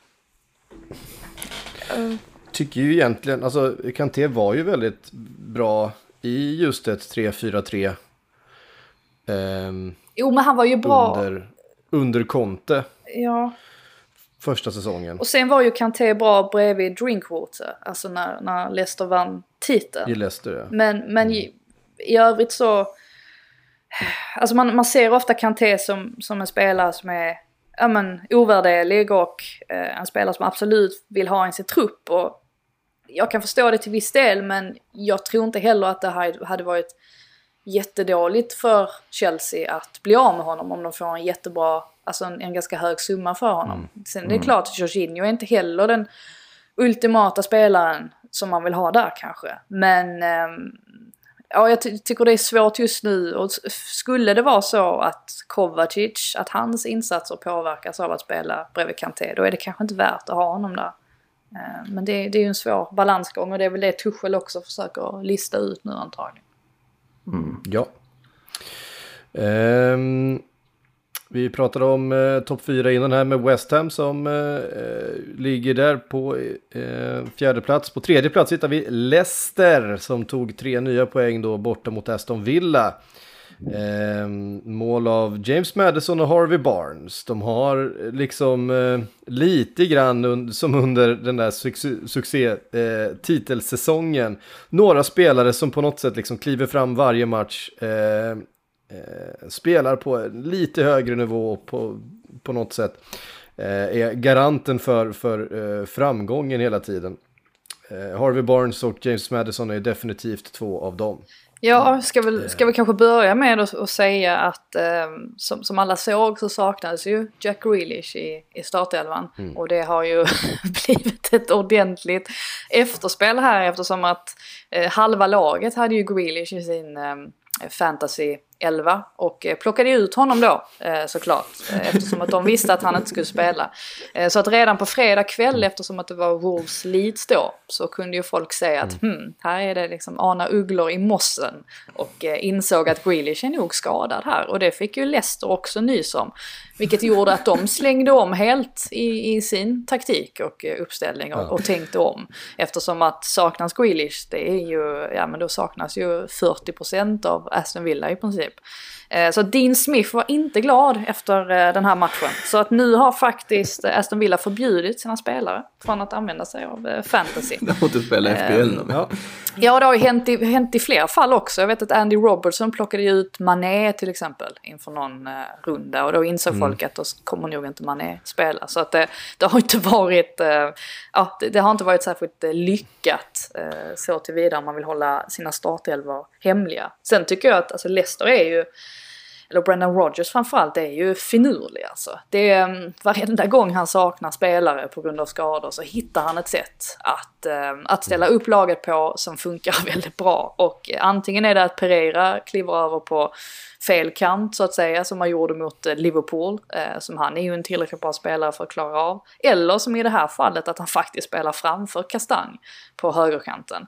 uh. Tycker ju egentligen, alltså Kanté var ju väldigt bra i just ett tre fyra tre. Um, jo, men han var ju bra under, under Conte. Ja. Första säsongen. Och sen var ju Kanté bra bredvid Drinkwater. Alltså när, när Leicester vann titeln. I Leicester, ja. Men, men mm. i, i övrigt så... Alltså man, man ser ofta Kanté som, som en spelare som är ja, men, ovärderlig. Och eh, en spelare som absolut vill ha i sin trupp. Och jag kan förstå det till viss del. Men jag tror inte heller att det hade varit jättedåligt för Chelsea att bli av med honom. Om de får en jättebra... Alltså en, en ganska hög summa för honom. Mm. Sen det är klart att Jorginho är inte heller den ultimata spelaren som man vill ha där kanske. Men eh, Ja, jag ty- tycker det är svårt just nu. Och skulle det vara så att Kovacic, att hans insatser påverkas av att spela bredvid Kanté, då är det kanske inte värt att ha honom där. Men det, det är ju en svår balansgång, och det är väl det Tuchel också försöker lista ut nu antagligen. Mm, ja. Um, vi pratade om uh, topp fyra innan här med West Ham som uh, ligger där på uh, fjärde plats. På tredje plats hittar vi Leicester som tog tre nya poäng då borta mot Aston Villa. Eh, mål av James Maddison och Harvey Barnes. De har liksom eh, lite grann un- som under den där succé, succé eh, titelsäsongen. Några spelare som på något sätt liksom kliver fram varje match. Eh, eh, spelar på lite högre nivå på, på något sätt. Eh, är garanten för, för eh, framgången hela tiden. Eh, Harvey Barnes och James Maddison är definitivt två av dem. Ja, ska vi, ska vi kanske börja med att, att säga att eh, som, som alla såg så saknades ju Jack Grealish i, i startelvan. Mm. Och det har ju blivit ett ordentligt efterspel här, eftersom att eh, halva laget hade ju Grealish i sin eh, fantasy elva och eh, plockade ut honom då eh, såklart, eh, eftersom att de visste att han inte skulle spela. Eh, så att redan på fredag kväll, eftersom att det var Wolves Leeds då, så kunde ju folk säga att hmm, här är det liksom ana ugglor i mossen, och eh, insåg att Grealish är nog skadad här, och det fick ju Leicester också nys om, vilket gjorde att de slängde om helt i, i sin taktik och eh, uppställning och, och tänkte om, eftersom att saknas Grealish, det är ju, ja men då saknas ju fyrtio procent av Aston Villa i princip. Så Dean Smith var inte glad efter den här matchen. Så att nu har faktiskt Aston Villa förbjudit sina spelare från att använda sig av fantasy. De får inte spela F P L nu. Ja. Ja, det har ju hänt i, hänt i flera fall också. Jag vet att Andy Robertson plockade ut Mané till exempel inför någon uh, runda. Och då insåg mm. folk att då kommer nog inte Mané spela. Så att det, det har inte varit uh, ja, det, det har inte varit särskilt uh, lyckat uh, så tillvida om man vill hålla sina startelvor hemliga. Sen tycker jag att alltså, Leicester är ju, eller Brendan Rodgers framförallt, är ju finurlig alltså. Det är, um, varenda gång han saknar spelare på grund av skador så hittar han ett sätt att, um, att ställa upp laget på som funkar väldigt bra. Och uh, antingen är det att Pereira kliver över på fel kant så att säga, som man gjorde mot uh, Liverpool, uh, som han är ju en tillräckligt bra spelare för att klara av. Eller som i det här fallet att han faktiskt spelar framför Kastang på högerkanten.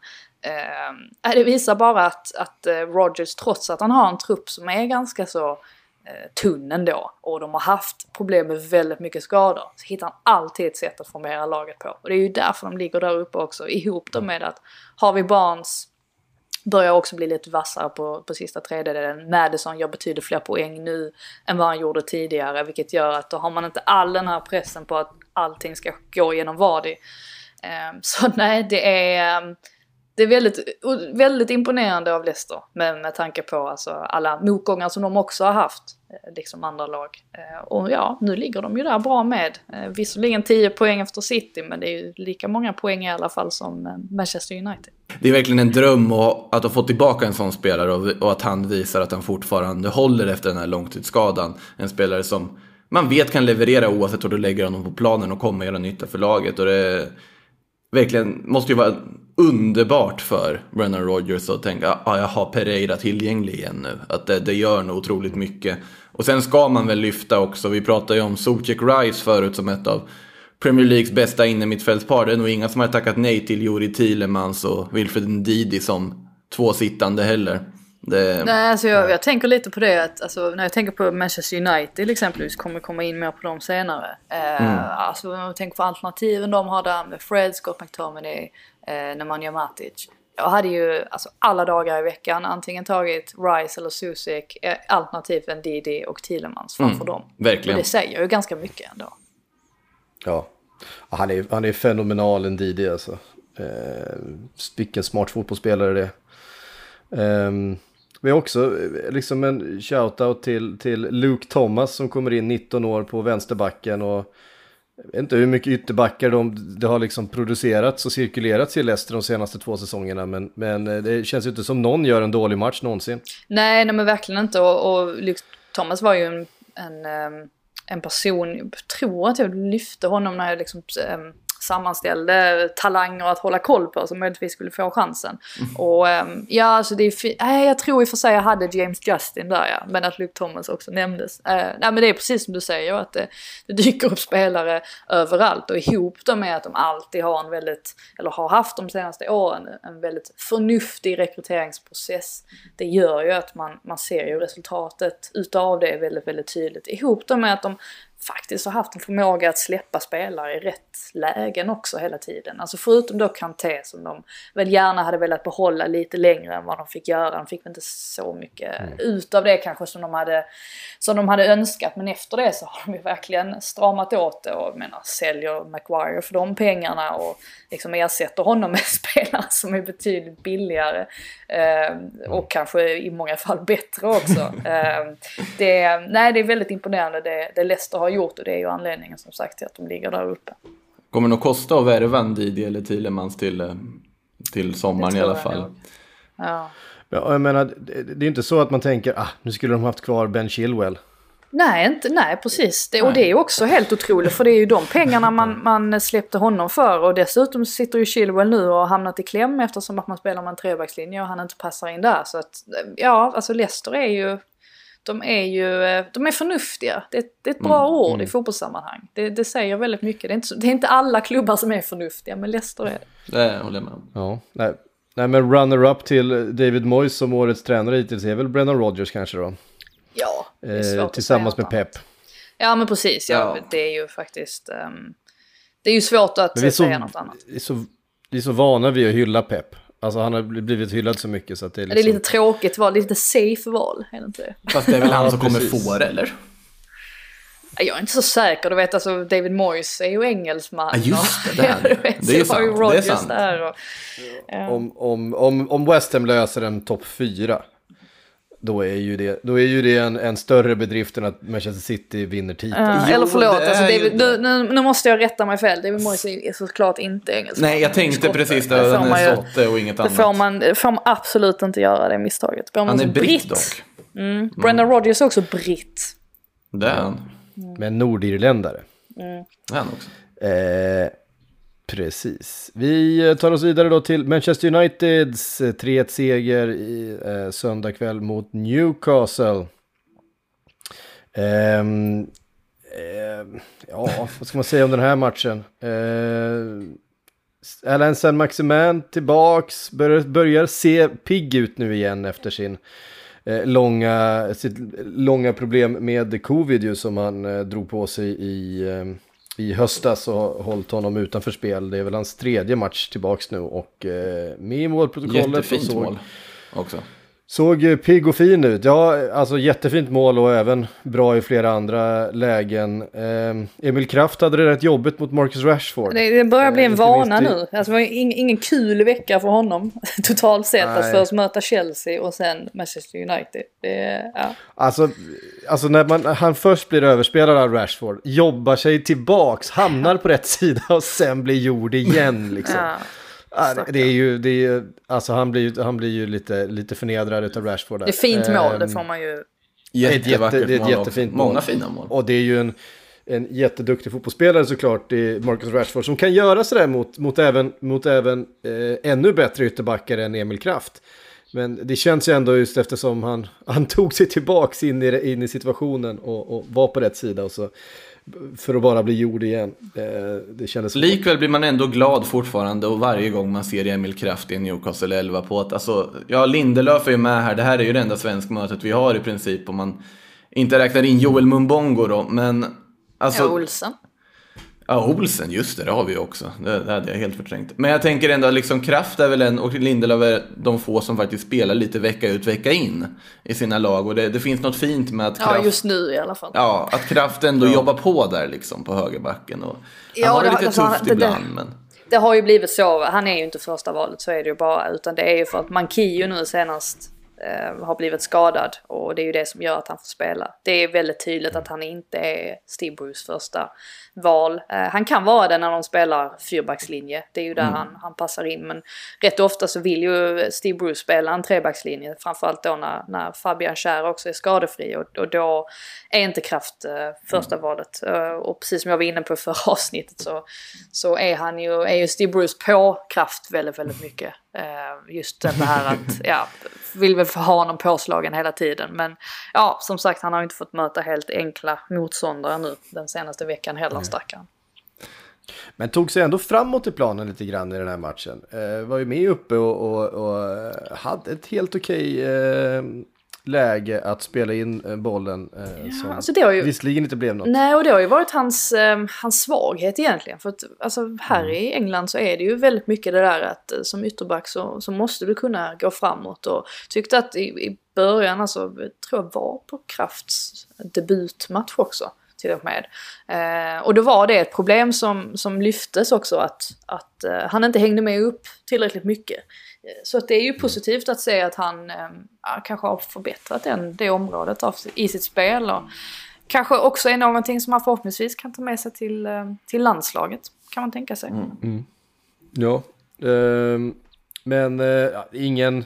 Uh, det visar bara att, att uh, Rodgers, trots att han har en trupp som är ganska så uh, tunn ändå, och de har haft problem med väldigt mycket skador, så hittar han alltid ett sätt att formera laget på. Och det är ju därför de ligger där uppe också, ihop då med att Harvey Barnes börjar också bli lite vassare på, på sista tredjedelen. Maddison gör betydligt fler poäng nu än vad han gjorde tidigare, vilket gör att då har man inte all den här pressen på att allting ska gå genom Vardy. Uh, så nej, det är... Um, Det är väldigt, väldigt imponerande av Leicester med, med tanke på alltså, alla motgångar som de också har haft, liksom andra lag. Och ja, nu ligger de ju där bra med. Visserligen tio poäng efter City, men det är ju lika många poäng i alla fall som Manchester United. Det är verkligen en dröm att ha fått tillbaka en sån spelare, och att han visar att han fortfarande håller efter den här långtidsskadan. En spelare som man vet kan leverera oavsett hur du lägger honom på planen och kommer göra nytta för laget. Och det verkligen måste ju vara underbart för Brendan Rodgers att tänka att ah, jag har Pereira tillgänglig igen nu. Att det, det gör nog otroligt mycket. Och sen ska man väl lyfta också. Vi pratade ju om Soucek Rice förut som ett av Premier Leagues bästa innermittfältspar. Det är nog inga som har tackat nej till Juri Tielemans och Wilfred Ndidi som två sittande heller. Det... Nej, alltså jag, jag tänker lite på det att alltså, när jag tänker på Manchester United exempelvis, kommer komma in mer på dem senare. Eh, mm. Alltså när jag tänker på alternativen de har där med Fred, Scott McTominay, eh, Nemanja Matic. Jag hade ju alltså, alla dagar i veckan antingen tagit Rice eller Soucek, eh, alternativt Ndidi och Tielemans framför mm, dem. Verkligen. Och det säger ju ganska mycket ändå. Ja, han är, han är fenomenal Ndidi alltså. Eh, vilken smart fotbollsspelare det är. Um, Vi har också liksom en shoutout till, till Luke Thomas som kommer in nitton år på vänsterbacken, och jag vet inte hur mycket ytterbackar de, det har liksom producerats och cirkulerats i Leicester de senaste två säsongerna, men, men det känns ju inte som någon gör en dålig match någonsin. Nej, nej men verkligen inte, och, och Luke Thomas var ju en, en, en person, jag tror att jag lyfte honom när jag liksom sammanställde talanger att hålla koll på som möjligtvis skulle få chansen. Mm. Och um, ja, alltså det är fi- äh, jag tror i och för sig jag hade James Justin där, ja, men att Luke Thomas också nämndes. Uh, nej, men det är precis som du säger, att det, det dyker upp spelare överallt, och ihop dem med att de alltid har en väldigt, eller har haft de senaste åren, en väldigt förnuftig rekryteringsprocess. Det gör ju att man, man ser ju resultatet utav det väldigt, väldigt tydligt. Ihop dem med att de faktiskt har haft en förmåga att släppa spelare i rätt lägen också hela tiden. Alltså förutom då Kanté som de väl gärna hade velat behålla lite längre än vad de fick göra. De fick inte så mycket mm. ut av det kanske som de hade, som de hade önskat. Men efter det så har de ju verkligen stramat åt det och menar, säljer Maguire för de pengarna och liksom ersätter honom med spelare som är betydligt billigare. Eh, och kanske i många fall bättre också. Eh, det, nej, det är väldigt imponerande det, det Leicester har gjort, och det är ju anledningen som sagt till att de ligger där uppe. Kommer det nog kosta att värva en Didi eller Thielemans till, till sommaren i alla fall? Ja. Ja, jag menar, det, det är inte så att man tänker ah, nu skulle de haft kvar Ben Chilwell. Nej, inte, nej precis. Det, och det är ju också helt otroligt, för det är ju de pengarna man, man släppte honom för, och dessutom sitter ju Chilwell nu och har hamnat i kläm eftersom att man spelar med en trebackslinje och han inte passar in där. Så att, ja, alltså Leicester är ju de är ju de är förnuftiga. Det, det är ett bra mm, ord mm. i fotbollssammanhang. Det, det säger väldigt mycket. Det är, inte, det är inte alla klubbar som är förnuftiga, men Leicester är det. Det håller jag med om. Ja, nej. nej, men runner-up till David Moyes som årets tränare hittills är väl Brendan Rodgers kanske då? Ja, det är eh, tillsammans med Pep. Ja, men precis. Ja, ja. Det är ju faktiskt um, det är ju svårt att säga så, något annat. Vi är, så, vi är så vana vid att hylla Pep. Alltså han har blivit hyllad så mycket så att det är liksom... Det är lite tråkigt val, lite safe val, är det inte det? Fast det är väl han som kommer få det, eller? Jag är inte så säker, du vet, alltså David Moyes är ju engelsman. Ja, just det, det, vet, det är sant. Det är sant. Där och, ja. om, om, om, om West Ham löser en topp fyra, då är ju det, då är ju det en, en större bedrift än att Manchester City vinner titeln. Uh, eller förlåt, alltså David, nu, nu, nu måste jag rätta mig fel. David Moyes är såklart inte engelsman. Nej, jag tänkte Skotte. precis det. det han är Skotte och inget det annat. Får man, det får man absolut inte göra, det misstaget. Han är britt dock. Mm. Mm. Brendan Rodgers är också britt. Det är han. Mm. Men nordirländare. Mm. Det är han också. Eh, precis. Vi tar oss vidare då till Manchester Uniteds tre ett seger i eh, söndag kväll mot Newcastle. Eh, eh, ja, vad ska man säga om den här matchen? Eh, Alain Saint-Maximin tillbaks, börjar, börjar se pigg ut nu igen efter sin eh, långa, sitt långa problem med covid ju, som han eh, drog på sig i... Eh, i höstas och hållit honom utanför spel. Det är väl hans tredje match tillbaks nu och eh, med i målprotokollet. Jättefint såg, mål också. Såg pigg och fin ut. Ja, alltså jättefint mål och även bra i flera andra lägen. Eh, Emil Kraft hade det rätt jobbigt mot Marcus Rashford. Det, det börjar bli en eh, vana nu. Alltså, det var ingen, ingen kul vecka för honom totalt sett. Nej. Att först möta Chelsea och sen Manchester United. Det, ja. Alltså, alltså när man, han först blir överspelad av Rashford, jobbar sig tillbaks, hamnar på rätt sida och sen blir gjord igen liksom. Ja. Ah, det, det är ju, det är, alltså han blir ju, han blir ju lite, lite förnedrad av Rashford där. Det är fint mål, um, det får man ju. Jättevackert det är ett jättefint mål. Många fina mål. Och det är ju en, en jätteduktig fotbollsspelare såklart, i Marcus Rashford, som kan göra sådär mot, mot även, mot även eh, ännu bättre ytterbackar än Emil Kraft. Men det känns ju ändå just eftersom han, han tog sig tillbaks in i, in i situationen och, och var på rätt sida och så, för att bara bli gjord igen. Eh, det kändes likväl blir man ändå glad fortfarande och varje gång man ser Emil Kraft i Newcastle elva på att alltså, ja, Lindelöf är ju med här. Det här är ju det enda svenskmötet vi har i princip om man inte räknar in Joel Mumbongo då, men alltså, ja, Olsen. Ja, Olsen, just det, det har vi också. Det, det hade jag helt förträngt. Men jag tänker ändå att liksom Kraft är väl en, och Lindelöf är de få som faktiskt spelar lite vecka ut, vecka in i sina lag. Och det, det finns något fint med att Kraft... Ja, just nu i alla fall. Ja, att Kraft ändå ja. jobbar på där liksom på högerbacken. Och ja, han har det, det lite alltså, tufft det, ibland, det, men... Det har ju blivit så, han är ju inte första valet, så är det ju bara. Utan det är ju för att Mankio nu senast eh, har blivit skadad och det är ju det som gör att han får spela. Det är väldigt tydligt att han inte är Steve Bruce första val. Eh, han kan vara det när de spelar fyrbackslinje. Det är ju där mm. han, han passar in. Men rätt ofta så vill ju Steve Bruce spela en trebackslinje. Framförallt då när, när Fabian Schär också är skadefri. Och, och då är inte Kraft eh, första mm. valet. Eh, och precis som jag var inne på förra avsnittet så, så är han ju, är ju Steve Bruce på Kraft väldigt, väldigt mycket. Eh, just det här att, ja, vill väl få ha honom påslagen hela tiden. Men ja, som sagt, han har inte fått möta helt enkla motståndare nu den senaste veckan heller, mm. stackaren. Men tog sig ändå framåt i planen lite grann i den här matchen. Eh, var ju med uppe och, och, och hade ett helt okej eh, läge att spela in bollen eh, ja, som alltså det har ju, visserligen inte blev något. Nej, och det har ju varit hans, eh, hans svaghet egentligen. För att alltså, här mm. i England så är det ju väldigt mycket det där att eh, som ytterback så, så måste du kunna gå framåt. Och tyckte att i, i början, alltså, jag tror jag var på Krafts debutmatch också till och med. Eh, och då var det ett problem som, som lyftes också att, att eh, han inte hängde med upp tillräckligt mycket. Så att det är ju positivt att se att han eh, kanske har förbättrat den, det området av, i sitt spel och kanske också är någonting som han förhoppningsvis kan ta med sig till, eh, till landslaget, kan man tänka sig. Mm. Mm. Ja, eh, men eh, ingen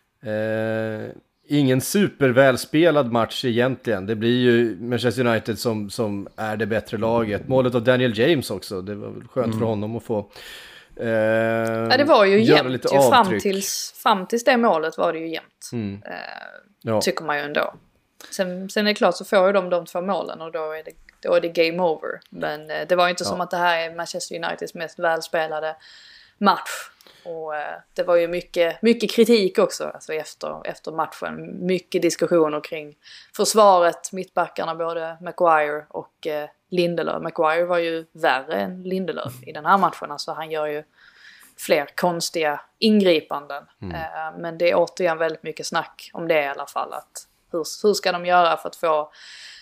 eh, ingen supervälspelad match egentligen. Det blir ju Manchester United som, som är det bättre laget. Målet av Daniel James också, det var väl skönt mm. för honom att få Eh, ja, det var ju jämnt ju fram, tills, fram tills det målet var det ju jämnt. Mm. Eh, ja. Tycker man ju ändå. Sen, sen är det klart så får ju de de två målen och då är det, då är det game over. Men eh, det var ju inte ja. som att det här är Manchester Uniteds mest välspelade match. Och eh, det var ju mycket, mycket kritik också alltså efter, efter matchen. Mycket diskussioner kring försvaret, mittbackarna, både Maguire och eh, Lindelöf. Maguire var ju värre än Lindelöf i den här matchen. Alltså han gör ju fler konstiga ingripanden. Mm. Eh, men det är återigen väldigt mycket snack om det i alla fall. Att hur, hur ska de göra för att få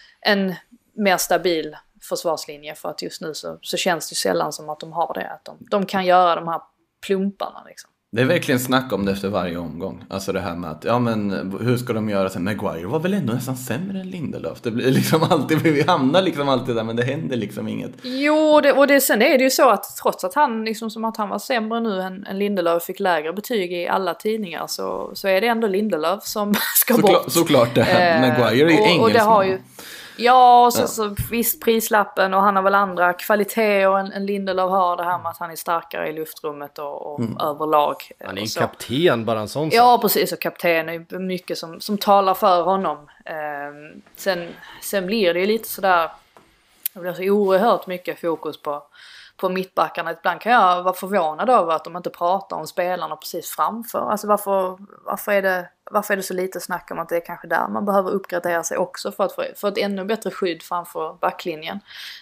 en mer stabil försvarslinje? För att just nu så, så känns det sällan som att de har det. Att de, de kan göra de här plumparna liksom. Det är verkligen snack om det efter varje omgång. Alltså det här med att, ja men hur ska de göra sen? Maguire var väl ändå nästan sämre än Lindelöf. Det blir liksom alltid, vi hamnar liksom alltid där, men det händer liksom inget. Jo, det, och det, sen är det ju så att trots att han liksom som att han var sämre nu än, än Lindelöf, fick lägre betyg i alla tidningar, så, så är det ändå Lindelöf som ska så bort. Klar, såklart det här. Eh, Maguire är engelsman. Och det har ju Ja, och så, ja. så visst prislappen och han har väl andra kvaliteter än, än Lindelöf har, det här med att han är starkare i luftrummet och, och mm. överlag. Han är en kapten, bara en sån. Ja, precis, och kapten är mycket som, som talar för honom. Eh, sen, sen blir det ju lite sådär, det blir så oerhört mycket fokus på, på mittbackarna. Ibland kan jag vara förvånad över att de inte pratar om spelarna precis framför. Alltså varför, varför, är det, varför är det så lite snack om att det är kanske där man behöver uppgradera sig också för att få för ett ännu bättre skydd framför backlinjen.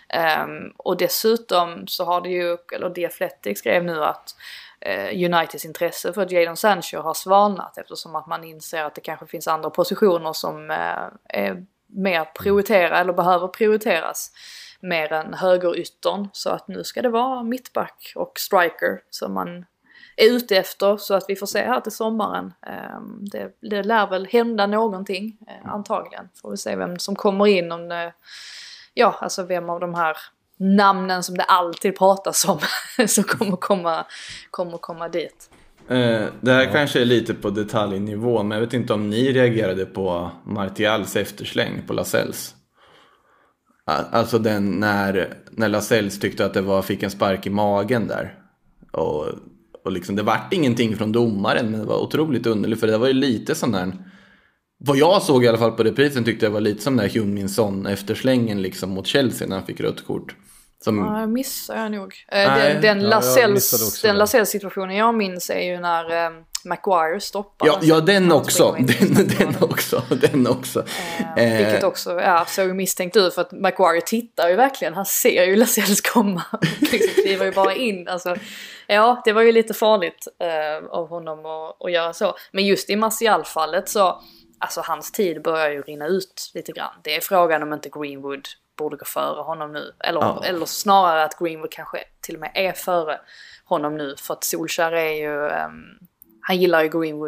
Um, och dessutom så har det ju, eller The Athletic skrev nu att uh, Uniteds intresse för Jadon Sancho har svalnat eftersom att man inser att det kanske finns andra positioner som uh, är mer prioriterade eller behöver prioriteras mer än högeryttern, så att nu ska det vara mittback och striker som man är ute efter, så att vi får se här till sommaren. Det, det lär väl hända någonting antagligen. Får vi se vem som kommer in, om det, ja, alltså vem av de här namnen som det alltid pratas om som kommer komma, kommer komma dit. Det här kanske är lite på detaljnivå, men jag vet inte om ni reagerade på Martials eftersläng på Lascelles. Alltså den när, när Lascelles tyckte att det var, fick en spark i magen där. Och, och liksom det vart ingenting från domaren, men det var otroligt underligt. För det var ju lite sån där, vad jag såg i alla fall på reprisen, tyckte jag var lite som den där Huminson efterslängen liksom mot Chelsea när han fick rött kort. Som... Ja, jag missar jag nog. Nej, den den, ja, Lascelles, den Lascelles situationen jag minns är ju när um, Maguire stoppar. Ja, ja den också. Den, den också. Den också. Uh, vilket också ja, såg misstänkt ut, för att Maguire tittar ju verkligen. Han ser ju Lascelles komma. liksom kliver ju bara in. Alltså, ja, det var ju lite farligt uh, av honom att, att göra så. Men just i Martial-fallet så, alltså hans tid börjar ju rinna ut lite grann. Det är frågan om inte Greenwood borde gå före honom nu. Eller, ja. eller snarare att Greenwood kanske till och med är före honom nu. För att Solskjaer är ju... Um, han gillar ju Greenwood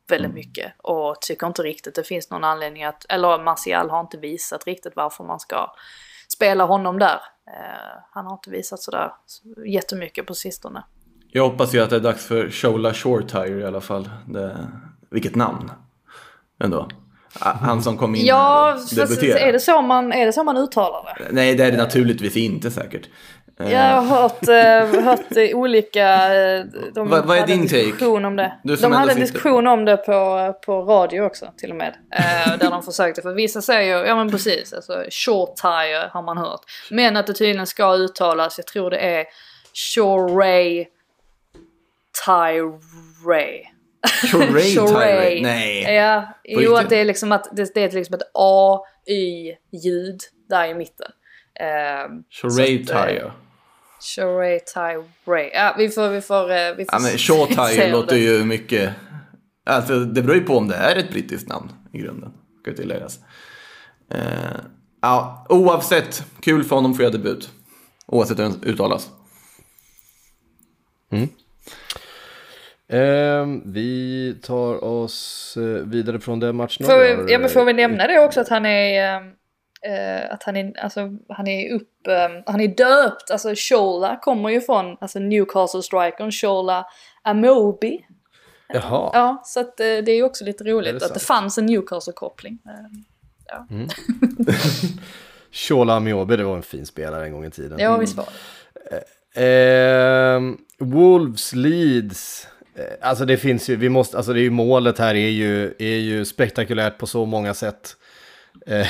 väldigt mycket och tycker inte riktigt det finns någon anledning att, eller Martial har inte visat riktigt varför man ska spela honom där. Uh, han har inte visat sådär jättemycket på sistone. Jag hoppas ju att det är dags för Shola Shortire i alla fall. Det, vilket namn ändå. Han som kom in ja, och debuterade. Är det så man, är det så man uttalar det? Nej, det är det naturligtvis inte säkert. Jag har hört, uh, hört olika... De Va, vad är din take? Om det. De hade en sitter... diskussion om det på, på radio också till och med. Uh, där de försökte, för vissa säger, ja men precis, alltså short tire har man hört. Men att det tydligen ska uttalas, jag tror det är Shorey Tire. Shorey Tire? Nej. Ja, jo att det är liksom att det, det är liksom ett A-Y-ljud där i mitten. Uh, Shorey Tire. Shorey Tire. Ja, vi får vi får vi får. Ja, men Short Tire låter ju mycket. Alltså det beror ju på om det är ett brittiskt namn i grunden. Ska tilläggas. Uh, ja, oavsett kul för honom för att göra debut. Oavsett hur den uttalas. Mm. Eh, vi tar oss vidare från den matchen. Får vi, ja, men får vi nämna det också att han är eh, att han är alltså han är upp eh, han är döpt, alltså Shola kommer ju från alltså Newcastle strikern Shola Amobi. Jaha. Ja, så att eh, det är ju också lite roligt det att det fanns en Newcastle-koppling. Eh, ja. Mm. Shola Amobi, det var en fin spelare en gång i tiden. Ja, visst var det. Eh, Wolves Leeds. Alltså det finns ju, vi måste, alltså det är ju målet här är ju, är ju spektakulärt på så många sätt. Eh,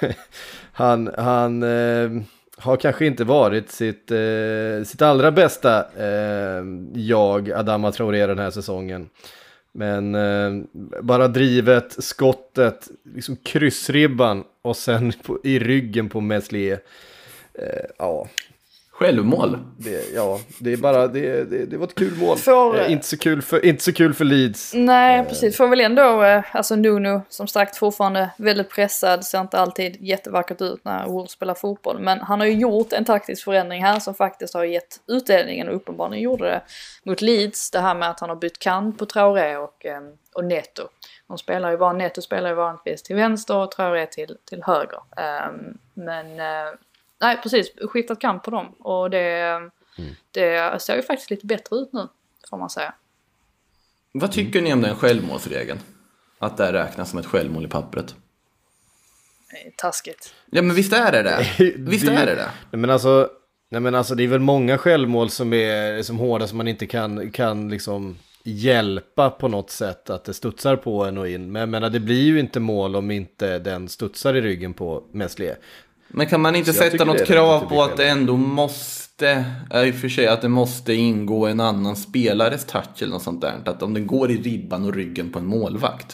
han han eh, har kanske inte varit sitt, eh, sitt allra bästa eh, jag, Adama Traoré den här säsongen. Men eh, bara drivet, skottet, liksom kryssribban och sen på, i ryggen på Meslier. Eh, ja. Självmål. Det, ja, det är bara det, det, det var ett kul mål. Får, eh, inte så kul för inte så kul för Leeds. Nej, eh. precis. Får väl ändå eh, alltså Nuno som sagt fortfarande väldigt pressad, ser inte alltid jättevackert ut när Wolves spelar fotboll, men han har ju gjort en taktisk förändring här som faktiskt har gett utdelningen och uppenbarligen gjorde det mot Leeds, det här med att han har bytt kant på Traoré och eh, och Neto. De spelar ju bara Neto spelar ju vanligtvis till vänster och Traoré till till höger. Um, men uh, nej, precis, skiftat kamp på dem och det mm. det ser ju faktiskt lite bättre ut nu, får man säga. Vad tycker mm. ni om den självmålsregeln? Att det räknas som ett självmål i pappret? Nej, taskigt. Ja, men visst är det det. Visst det, är det det. Nej, men alltså, nej, men alltså det är väl många självmål som är som hårda som man inte kan kan liksom hjälpa på något sätt att det studsar på en och in. Men jag menar, det blir ju inte mål om inte den studsar i ryggen på Meslier. Men kan man inte sätta något krav på att det ändå måste, i och för sig att det måste ingå en annan spelares touch eller något sånt där, att om den går i ribban och ryggen på en målvakt.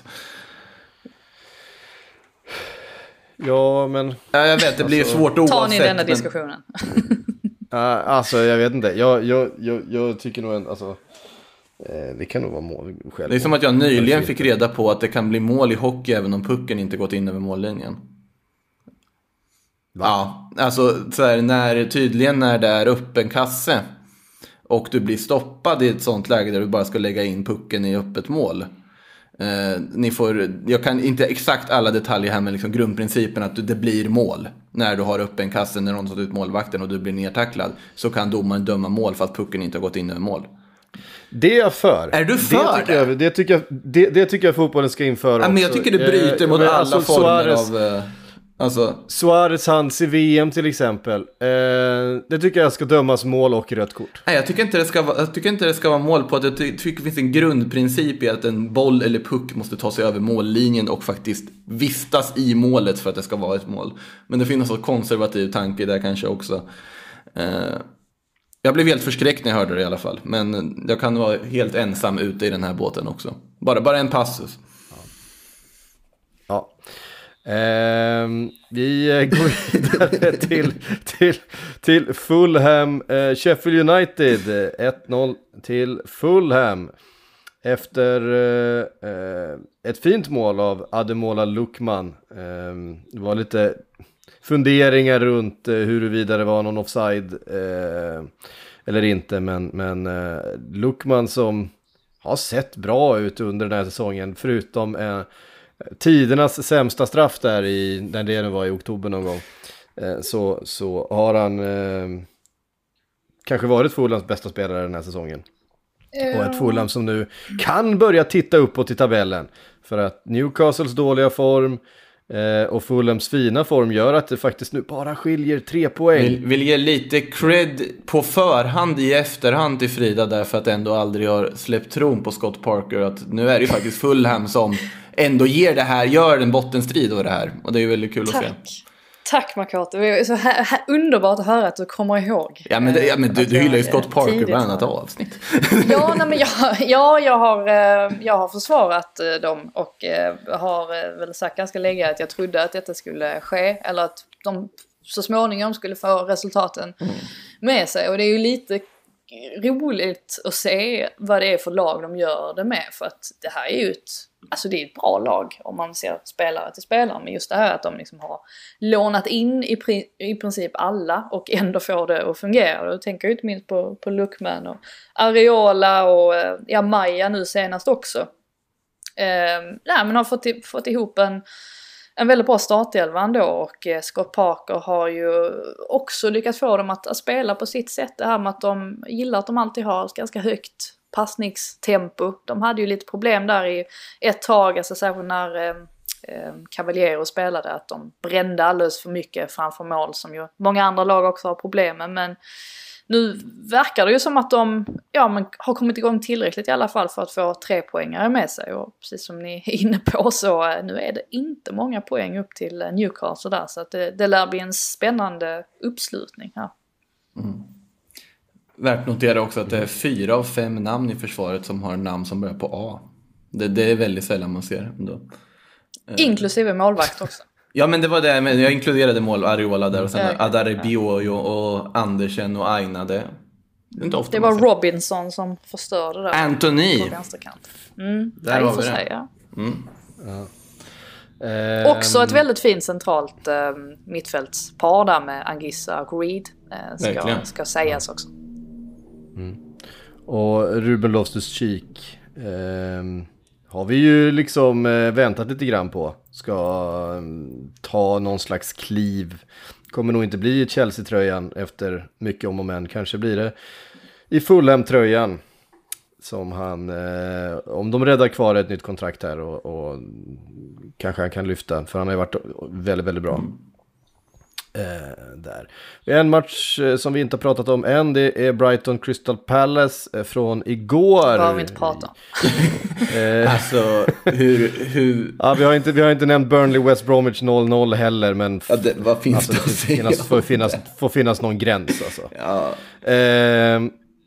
Ja, men ja, jag vet, det blir alltså, svårt oavsett. Tar ni denna men... diskussionen? uh, alltså jag vet inte. Jag, jag, jag, jag tycker nog en, alltså eh, det kan nog vara mål själv. Det är som att jag nyligen fick reda på att det kan bli mål i hockey även om pucken inte gått in över mållinjen. Va? Ja, alltså så här, när, tydligen när det är öppen kasse och du blir stoppad i ett sånt läge där du bara ska lägga in pucken i öppet mål. Eh, ni får, jag kan inte exakt alla detaljer här, men liksom grundprincipen att det blir mål. När du har öppen kasse, när någon tar ut målvakten och du blir nedtacklad, så kan domaren döma mål för att pucken inte har gått in över mål. Det är jag för. Är du för det? Tycker det? Jag, det, tycker jag, det, det tycker jag fotbollen ska införa. Ja, men jag tycker det bryter eh, mot alla alltså, former Suarez, av... Eh, Alltså. Suarez hands i V M till exempel. Eh, det tycker jag ska dömas mål och rött kort. Nej, jag tycker inte det ska vara, jag tycker inte det ska vara mål på att jag ty- tycker det finns en grundprincip i att en boll eller puck måste ta sig över mållinjen och faktiskt vistas i målet för att det ska vara ett mål. Men det finns en konservativ tanke där kanske också. Eh, jag blev helt förskräckt när jag hörde det i alla fall. Men jag kan vara helt ensam ute i den här båten också. Bara, bara en passus. Ja. Ja. Eh, vi går vidare till, till, till Fulham, eh, Sheffield United, ett noll till Fulham efter eh, ett fint mål av Ademola Lookman. Eh, det var lite funderingar runt eh, huruvida det var någon offside eh, eller inte, men, men eh, Lookman som har sett bra ut under den här säsongen, förutom eh, tidernas sämsta straff där i den delen var i oktober någon gång. Eh, så, så har han eh, kanske varit Fulhams bästa spelare den här säsongen. Och ett Fulham som nu kan börja titta uppåt i tabellen. För att Newcastles dåliga form eh, och Fulhams fina form gör att det faktiskt nu bara skiljer tre poäng. Vill, vill ge lite cred på förhand i efterhand till Frida, därför att ändå aldrig har släppt tron på Scott Parker. Att nu är det ju faktiskt Fulham som ändå ger det här, gör en bottenstrid av det här. Och det är ju väldigt kul Tack. att se. Tack Makato, det är så här, här, underbart att höra att du kommer ihåg. Ja men, det, ja, men du, du hyllar ju Scott Parker tidigt. bland annat avsnitt. Ja, nej, men jag, ja jag, har, jag har försvarat dem och har väl sagt ganska länge att jag trodde att detta skulle ske. Eller att de så småningom skulle få resultaten mm. med sig. Och det är ju lite roligt att se vad det är för lag de gör det med. För att det här är ju ett, alltså det är ett bra lag om man ser spelare till spelare. Men just det här att de liksom har lånat in i, pri, i princip alla och ändå får det att fungera. Och då tänker jag inte minst på, på Lookman och Areola och ja, Maja nu senast också. Eh, nej, men har fått, fått ihop en En väldigt bra startelva ändå, och Scott Parker har ju också lyckats få dem att, att spela på sitt sätt. Det här med att de gillar att de alltid har ett ganska högt passningstempo. De hade ju lite problem där i ett tag, alltså särskilt när eh, eh, Cavaliero spelade, att de brände alldeles för mycket framför mål, som ju många andra lag också har problem med. Men nu verkar det ju som att de ja, men har kommit igång tillräckligt i alla fall för att få tre poängare med sig. Och precis som ni är inne på så nu är det inte många poäng upp till Newcastle där. Så att det, det lär bli en spännande uppslutning här. Mm. Värt notera också att det är fyra av fem namn i försvaret som har namn som börjar på A. Det, det är väldigt sällan man ser ändå. Inklusive målvakt också. Ja, men det var det, men jag inkluderade mål Areola där och sen ja, Adare Biojo och Andersen och Aina. Det, det, inte ofta det var Robinson som förstörde där. Anthony. På vänsterkant. Mm, där har vi det. Säga. Mm. Ja. Också ett väldigt fint centralt äh, mittfältspar där med Anguissa och Reed. Äh, ska, ska sägas också. Mm. Och Ruben Loftus-Cheek äh, har vi ju liksom äh, väntat lite grann på. Ska um, ta någon slags kliv. Kommer nog inte bli i Chelsea-tröjan efter mycket om och men. Kanske blir det i Fulham-tröjan. Som han, eh, om de räddar kvar ett nytt kontrakt här. Och, och kanske han kan lyfta. För han har ju varit väldigt, väldigt bra. Eh, där. En match eh, som vi inte har pratat om än, det är Brighton Crystal Palace eh, från igår. Det har vi inte pratat om. eh, alltså, hur... hur... Ja, vi har inte, vi har inte nämnt Burnley West Bromwich noll noll heller, men... Ja, det, vad finns alltså, det att säga finnas, får, finnas, får finnas någon gräns, alltså. Ja. Eh,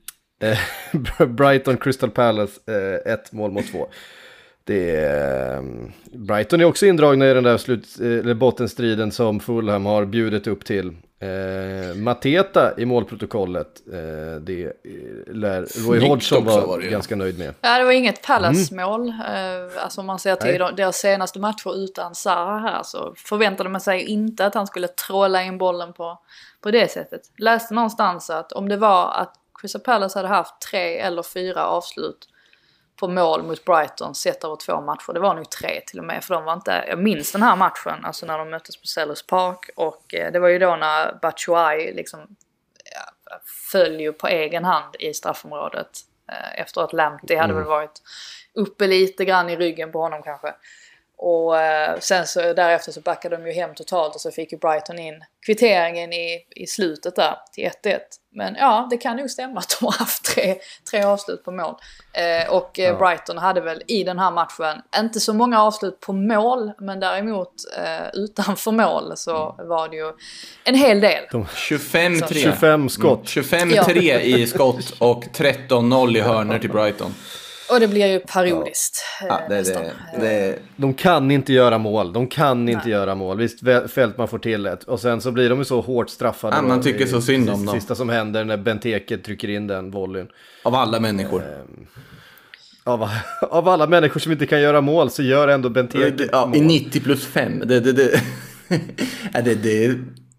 eh, Brighton Crystal Palace, eh, ett mål mot två. Det är, Brighton är också indragna i den där slut, eller bottenstriden som Fulham har bjudit upp till. Eh, Mateta i målprotokollet. Eh, det lär Roy Hodgson var, var ganska nöjd med. Ja, det var inget Palace-mål. Mm. Eh, alltså om man ser till Nej. deras senaste matcher utan Zaha här, så förväntade man sig inte att han skulle trolla in bollen på, på det sättet. Läste någonstans att om det var att Crystal Palace hade haft tre eller fyra avslut på mål mot Brighton sett över två matcher. Det var nog tre till och med, för de var inte, jag minns den här matchen, alltså när de möttes på Sellers Park, och eh, det var ju då när Batshuayi liksom ja, föll ju på egen hand i straffområdet eh, efter att Lamptey hade mm. väl varit uppe lite grann i ryggen på honom kanske. Och eh, sen så därefter så backade de ju hem totalt, och så fick ju Brighton in kvitteringen i, i slutet där till ett ett. Men ja, det kan nog stämma att de har haft tre, tre avslut på mål. Eh, och eh, ja. Brighton hade väl i den här matchen inte så många avslut på mål, men däremot eh, utanför mål så var det ju en hel del. De tjugofem tre. tjugofem skott. Mm. tjugofem tre ja. i skott och tretton noll i hörner till Brighton. Och det blir ju parodiskt. Ja, ja, det, det, det. De kan inte göra mål. De kan inte Nej. göra mål. Visst, Fältman får till ett. Och sen så blir de ju så hårt straffade. Ja, man tycker så synd om dem. Det sista som händer när Benteke trycker in den volleyn. Av alla människor. Eh, av, av alla människor som inte kan göra mål så gör ändå Benteke ja, mål. I nittio plus fem. Det, det, det. ja, det, det,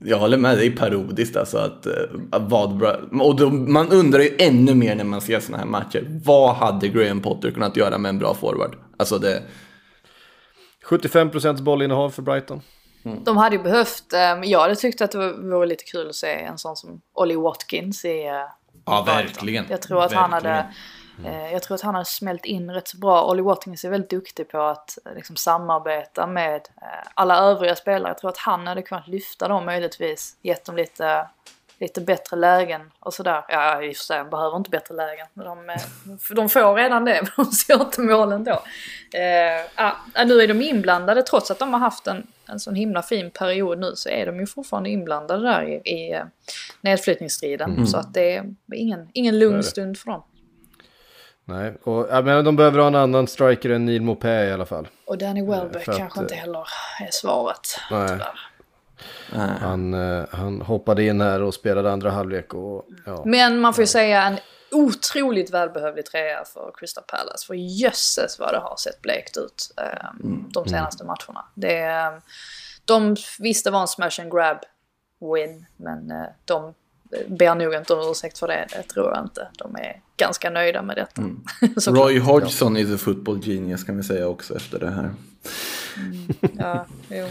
Jag håller med, det är parodiskt alltså att, att vad bra. Och då, man undrar ju ännu mer när man ser såna här matcher. Vad hade Graham Potter kunnat göra med en bra forward? Alltså det... sjuttiofem procent bollinnehav för Brighton. Mm. De hade ju behövt, um, jag hade tyckt att det vore lite kul att se en sån som Ollie Watkins i uh, Ja, verkligen. Jag tror att verkligen. han hade mm. Jag tror att han hade smält in rätt så bra. Ollie Watkins är väldigt duktig på att liksom samarbeta med alla övriga spelare. Jag tror att han hade kunnat lyfta dem möjligtvis. Gett dem lite, lite bättre lägen och sådär. Ja, i och för sig, de behöver inte bättre lägen. De, de får redan det, men de ser inte målen då. Eh, ja, nu är de inblandade, trots att de har haft en, en sån himla fin period nu, så är de ju fortfarande inblandade där i, i nedflyttningsstriden. Mm. Så att det är ingen, ingen lugn stund för dem. Nej, och jag menar, de behöver ha en annan striker än Neil Maupay i alla fall. Och Danny Welbeck att, kanske inte heller är svaret. Nej. Han, han hoppade in här och spelade andra halvlek. Och, ja. Men man får ju säga en otroligt välbehövlig trea för Crystal Palace. För jösses vad det har sett blekt ut eh, de senaste mm. matcherna. Det, de visste var en smash and grab win, men eh, de ber nog inte om ursäkt för det. Det tror jag inte. De är ganska nöjda med detta. Mm. Roy Hodgson is a football genius, kan vi säga också efter det här. Mm. Ja, jo.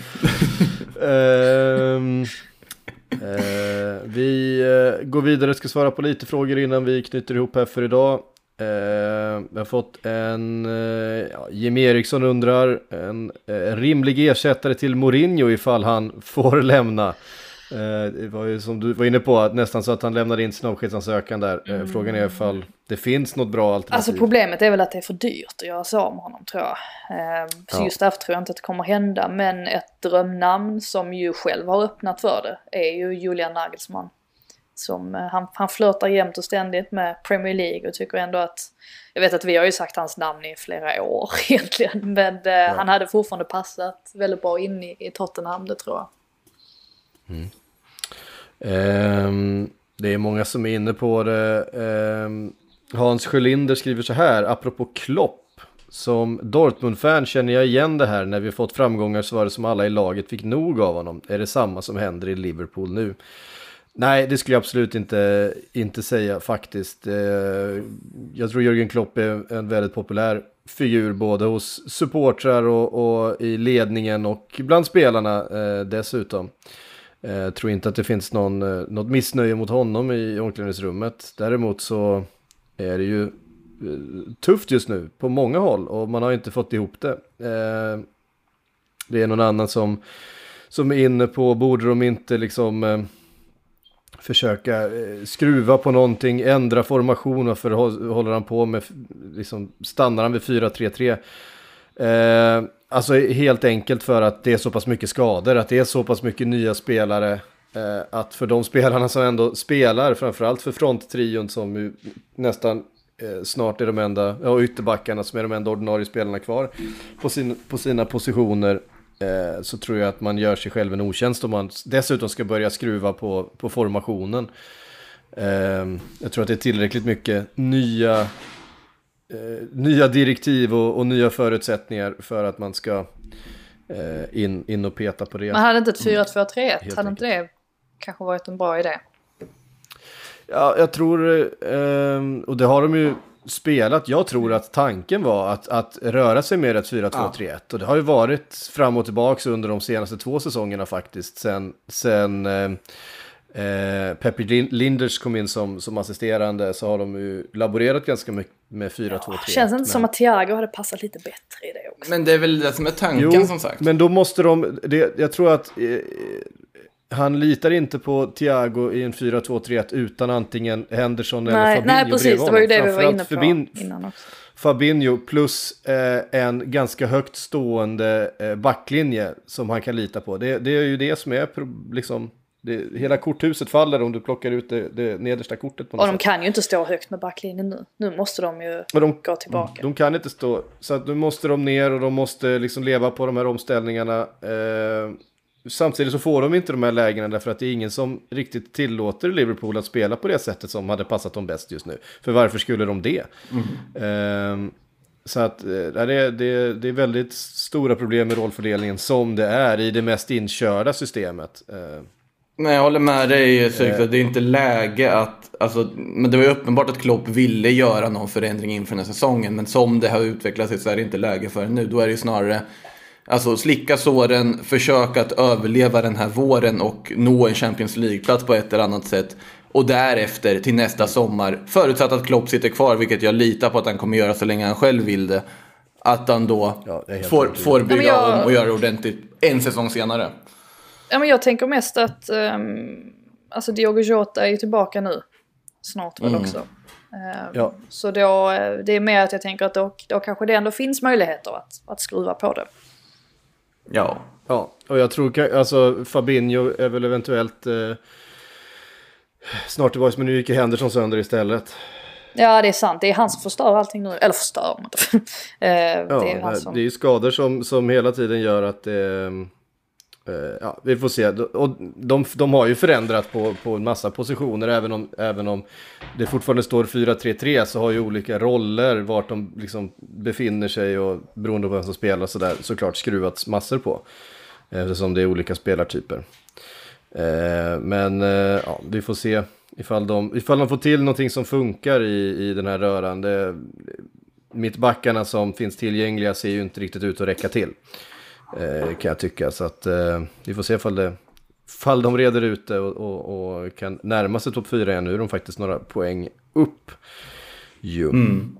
um, uh, vi uh, går vidare, ska svara på lite frågor innan vi knyter ihop här för idag. Uh, vi har fått en uh, ja, Jim Eriksson undrar en uh, rimlig ersättare till Mourinho ifall han får lämna. Uh, det var ju som du var inne på, att nästan så att han lämnade in sin avskedsansökan där. Mm. Uh, frågan är ifall det finns något bra alternativ. Alltså problemet är väl att det är för dyrt att göra sig av med honom, tror jag. Uh, så ja. Just därför tror jag inte att det kommer hända. Men ett drömnamn som ju själv har öppnat för det är ju Julian Nagelsmann. Som, uh, han, han flörtar jämt och ständigt med Premier League och tycker ändå att, jag vet att vi har ju sagt hans namn i flera år egentligen. Men uh, ja. Han hade fortfarande passat väldigt bra in i, i Tottenham, det tror jag. Mm. Um, det är många som är inne på det. um, Hans Sjölinder skriver så här: apropå Klopp, som Dortmund-fan känner jag igen det här. När vi fått framgångar så var det som alla i laget fick nog av honom. Är det samma som händer i Liverpool nu? Nej, det skulle jag absolut inte, inte säga faktiskt. uh, Jag tror Jürgen Klopp är en väldigt populär figur både hos supportrar och, och i ledningen och bland spelarna uh, dessutom. Jag uh, tror inte att det finns någon, uh, något missnöje mot honom i omklädningsrummet. Däremot så är det ju uh, tufft just nu på många håll och man har inte fått ihop det. Uh, det är någon annan som, som är inne på, borde de inte liksom uh, försöka uh, skruva på någonting, ändra formationer, för håller han på med, liksom, stannar han vid fyra tre tre. Uh, Alltså helt enkelt för att det är så pass mycket skador, att det är så pass mycket nya spelare, eh, att för de spelarna som ändå spelar, framförallt för fronttrion som ju nästan eh, snart är de enda, ja, ytterbackarna som är de enda ordinarie spelarna kvar på, sin, på sina positioner, eh, så tror jag att man gör sig själv en otjänst om man dessutom ska börja skruva på, på formationen. Eh, jag tror att det är tillräckligt mycket nya... Uh, nya direktiv och, och nya förutsättningar för att man ska uh, in, in och peta på det. Man hade inte ett fyra två tre ett, mm, hade inte det kanske varit en bra idé? Ja, jag tror, uh, och det har de ju spelat, jag tror att tanken var att, att röra sig med ett fyra två tre ett, ja. Och det har ju varit fram och tillbaka under de senaste två säsongerna faktiskt, sen, sen uh, Eh, Peppi Linders kom in som, som assisterande, så har de ju laborerat ganska mycket med fyra två tre ett. Ja, känns inte men... som att Thiago hade passat lite bättre i det också. Men det är väl det som är tanken, jo, som sagt. Men då måste de, det, jag tror att eh, han litar inte på Thiago i en fyra två tre ett utan antingen Henderson nej, eller Fabinho. Nej, precis, det var ju det vi var inne på Fabin- innan också. Fabinho plus eh, en ganska högt stående eh, backlinje som han kan lita på. Det, det är ju det som är liksom... Det, hela korthuset faller om du plockar ut det, det nedersta kortet på något och de sätt. kan ju inte stå högt med backlinjen nu. Nu måste de ju de, gå tillbaka. De kan inte stå, så att nu måste de ner och de måste liksom leva på de här omställningarna. Eh, samtidigt så får de inte de här lägena därför att det är ingen som riktigt tillåter Liverpool att spela på det sättet som hade passat dem bäst just nu. För varför skulle de det? Mm. Eh, så att det är, det, det är väldigt stora problem med rollfördelningen som det är i det mest inkörda systemet. Eh, Nej, jag håller med dig, så det är inte läge att, alltså, men det var ju uppenbart att Klopp ville göra någon förändring inför den här säsongen, men som det har utvecklat sig så är det inte läge för nu. Då är det ju snarare, alltså, slicka såren, försöka att överleva den här våren och nå en Champions League-plats på ett eller annat sätt. Och därefter till nästa sommar, förutsatt att Klopp sitter kvar, vilket jag litar på att han kommer göra så länge han själv vill det, att han då ja, får, får bygga ja, jag... om och göra det ordentligt en säsong senare. Ja, men jag tänker mest att um, alltså Diogo Jota är ju tillbaka nu snart väl mm. också. Um, ja. Så då, det är mer att jag tänker att då, då kanske det ändå finns möjligheter att, att skruva på det. Ja. Ja, och jag tror alltså Fabinho är väl eventuellt eh, snart tillbaka, men nu gick Henderson sönder istället. Ja, det är sant. Det är han som förstör allting nu. Eller förstör man inte. eh, ja, det är han som... det är ju skador som, som hela tiden gör att eh, eh, ja, vi får se. Och de, de har ju förändrat på, på en massa positioner, även om, även om det fortfarande står fyra tre tre, så har ju olika roller vart de liksom befinner sig och beroende på vem som spelar så där, såklart skruvats massor på. Eftersom det är olika spelartyper. Eh, men eh, ja, vi får se ifall de, ifall de får till någonting som funkar i, i den här röran. Det, mittbackarna som finns tillgängliga ser ju inte riktigt ut att räcka till. Eh, kan jag tycka. Så att eh, vi får se ifall, det, ifall de reder ut det och, och, och kan närma sig topp fyra igen. Nu är de faktiskt några poäng upp. Jo. Mm.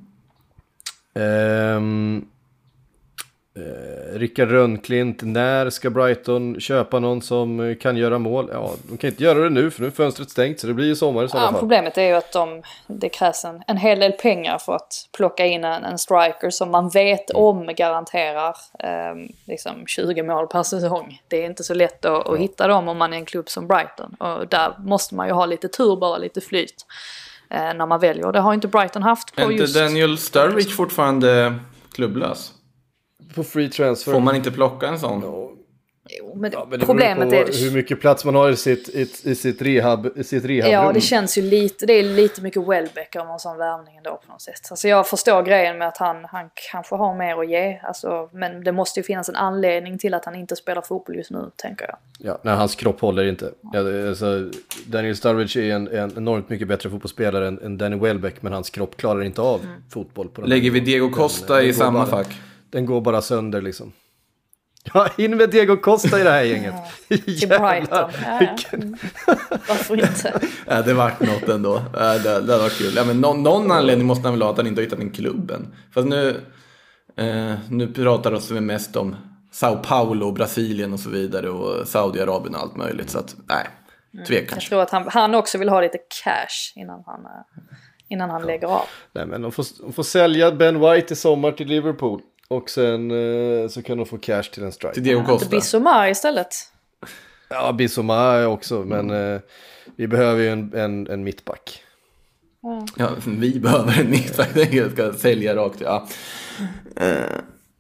Eh, Eh, Rickard Rönnklint, när ska Brighton köpa någon som kan göra mål? Ja, de kan inte göra det nu för nu är fönstret stängt, så det blir ju sommar i sådana ja, fall. Problemet är ju att de, det krävs en, en hel del pengar för att plocka in en, en striker som man vet om garanterar eh, liksom tjugo mål per säsong. Det är inte så lätt att, ja. att hitta dem om man är en klubb som Brighton, och där måste man ju ha lite tur, bara lite flyt eh, när man väljer. Det har inte Brighton haft på. Är inte just Daniel Sturridge fortfarande klubblös? På free transfer. Får man inte plocka en sån? No. Jo, men, ja, men det problemet är det... hur mycket plats man har i sitt, i, i sitt rehab, i sitt rehabrum. Ja, det känns ju lite, det är lite mycket Welbeck om en sån värvning ändå på något sätt. Alltså jag förstår grejen med att han, han kanske har mer att ge, alltså, men det måste ju finnas en anledning till att han inte spelar fotboll just nu, tänker jag. Ja, nej, hans kropp håller inte. Ja, alltså, Daniel Sturridge är en, en enormt mycket bättre fotbollsspelare än, än Danny Welbeck, men hans kropp klarar inte av mm. fotboll. På den Lägger vi Diego Costa den, i den samma bara, fack? Den går bara sönder liksom. Ja, in med Diego Costa i det här gänget. Ja, till Brighton. Ja, ja. Mm. Varför inte? Ja, det var något ändå. Ja, det, det var kul. Ja, men någon, någon anledning måste han väl ha att han inte har hittat en klubben. Fast nu, eh, nu pratar oss vi mest om Sao Paulo, Brasilien och så vidare. Och Saudiarabien och allt möjligt. Så att, nej, tvekar. Mm. Jag tror att han, han också vill ha lite cash innan han, innan han ja. lägger av. Nej, men de får, de får sälja Ben White i sommar till Liverpool. Och sen eh, så kan de få cash till en strike. Till Diego Costa. Till Bissoma istället. Ja, Bissoma också. Men eh, vi behöver ju en, en, en mittback. Mm. Ja, vi behöver en mittback. Jag ska sälja rakt. Ja. Mm. Uh.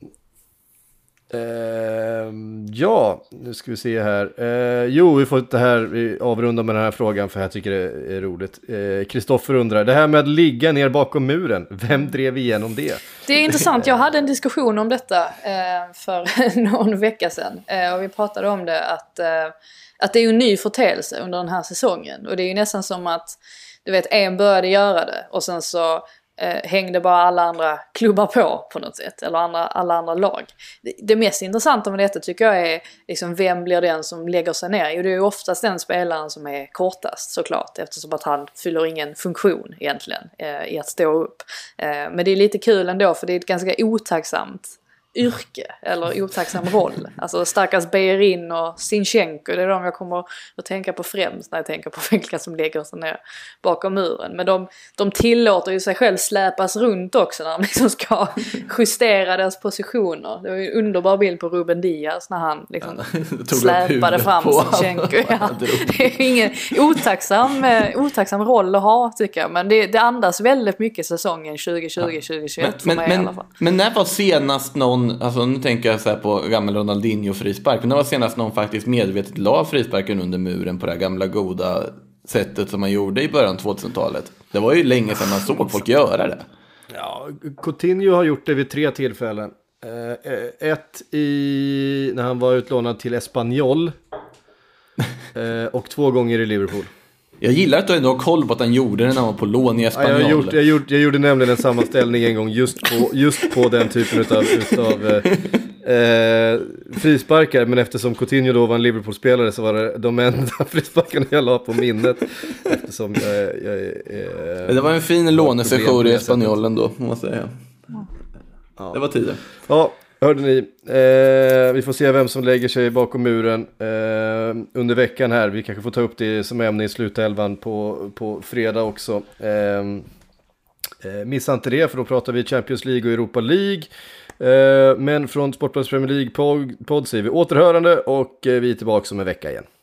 Uh, ja, nu ska vi se här. Uh, jo, vi får det här, vi avrundar med den här frågan för jag tycker det är roligt. Kristoffer uh, undrar, det här med att ligga ner bakom muren, vem drev igenom det? Det är intressant, jag hade en diskussion om detta uh, för någon vecka sedan. Uh, och vi pratade om det, att, uh, att det är en ny förteelse under den här säsongen. Och det är ju nästan som att, du vet, en började göra det och sen så Eh, hängde bara alla andra klubbar på på något sätt, eller andra, alla andra lag. Det, det mest intressanta med detta tycker jag är liksom, vem blir den som lägger sig ner? Jo, det är ju oftast den spelaren som är kortast, såklart, eftersom att han fyller ingen funktion egentligen eh, i att stå upp. Eh, men det är lite kul ändå, för det är ett ganska otacksamt yrke eller otacksam roll. Alltså stackars Beirin och Sinchenko, det är de jag kommer att tänka på främst när jag tänker på vilka som lägger sig ner bakom muren. Men de, de tillåter ju sig själv släpas runt också när de liksom ska justera deras positioner. Det var ju en underbar bild på Ruben Diaz när han liksom ja, släpade fram Sinchenko. Ja, det är ingen otacksam, otacksam roll att ha, tycker jag. Men det, det andas väldigt mycket säsongen tjugo tjugo tjugo tjugoett men, för mig men, i alla fall. Men när var senast någon, alltså nu tänker jag så här på gamla Ronaldinho frispark, när var senast någon faktiskt medvetet la frisparken under muren på det här gamla goda sättet som man gjorde i början av tvåtusentalet? Det var ju länge sedan man såg folk göra det. Ja, Coutinho har gjort det vid tre tillfällen. Eh, ett i när han var utlånad till Espanyol. Eh, och två gånger i Liverpool. Jag gillar att du ändå har koll på att han gjorde det när han var på lån i Espanyol. Ja, jag, gjort, jag, gjort, jag gjorde nämligen en sammanställning en gång just på, just på den typen utav, utav eh, eh, frisparkar. Men eftersom Coutinho då var en Liverpool-spelare så var det de enda frisparkarna jag la på minnet. Eftersom jag... jag eh, det var en fin lånesession i Espanyol ändå, måste jag säga. Ja. Det var tiden. Ja, hörde ni. Eh, vi får se vem som lägger sig bakom muren eh, under veckan här. Vi kanske får ta upp det som ämne i slutelvan på, på fredag också. Eh, eh, missa inte det, för då pratar vi Champions League och Europa League. Eh, men från Sportbladets Premier League-podd säger vi återhörande och eh, vi är tillbaka om en vecka igen.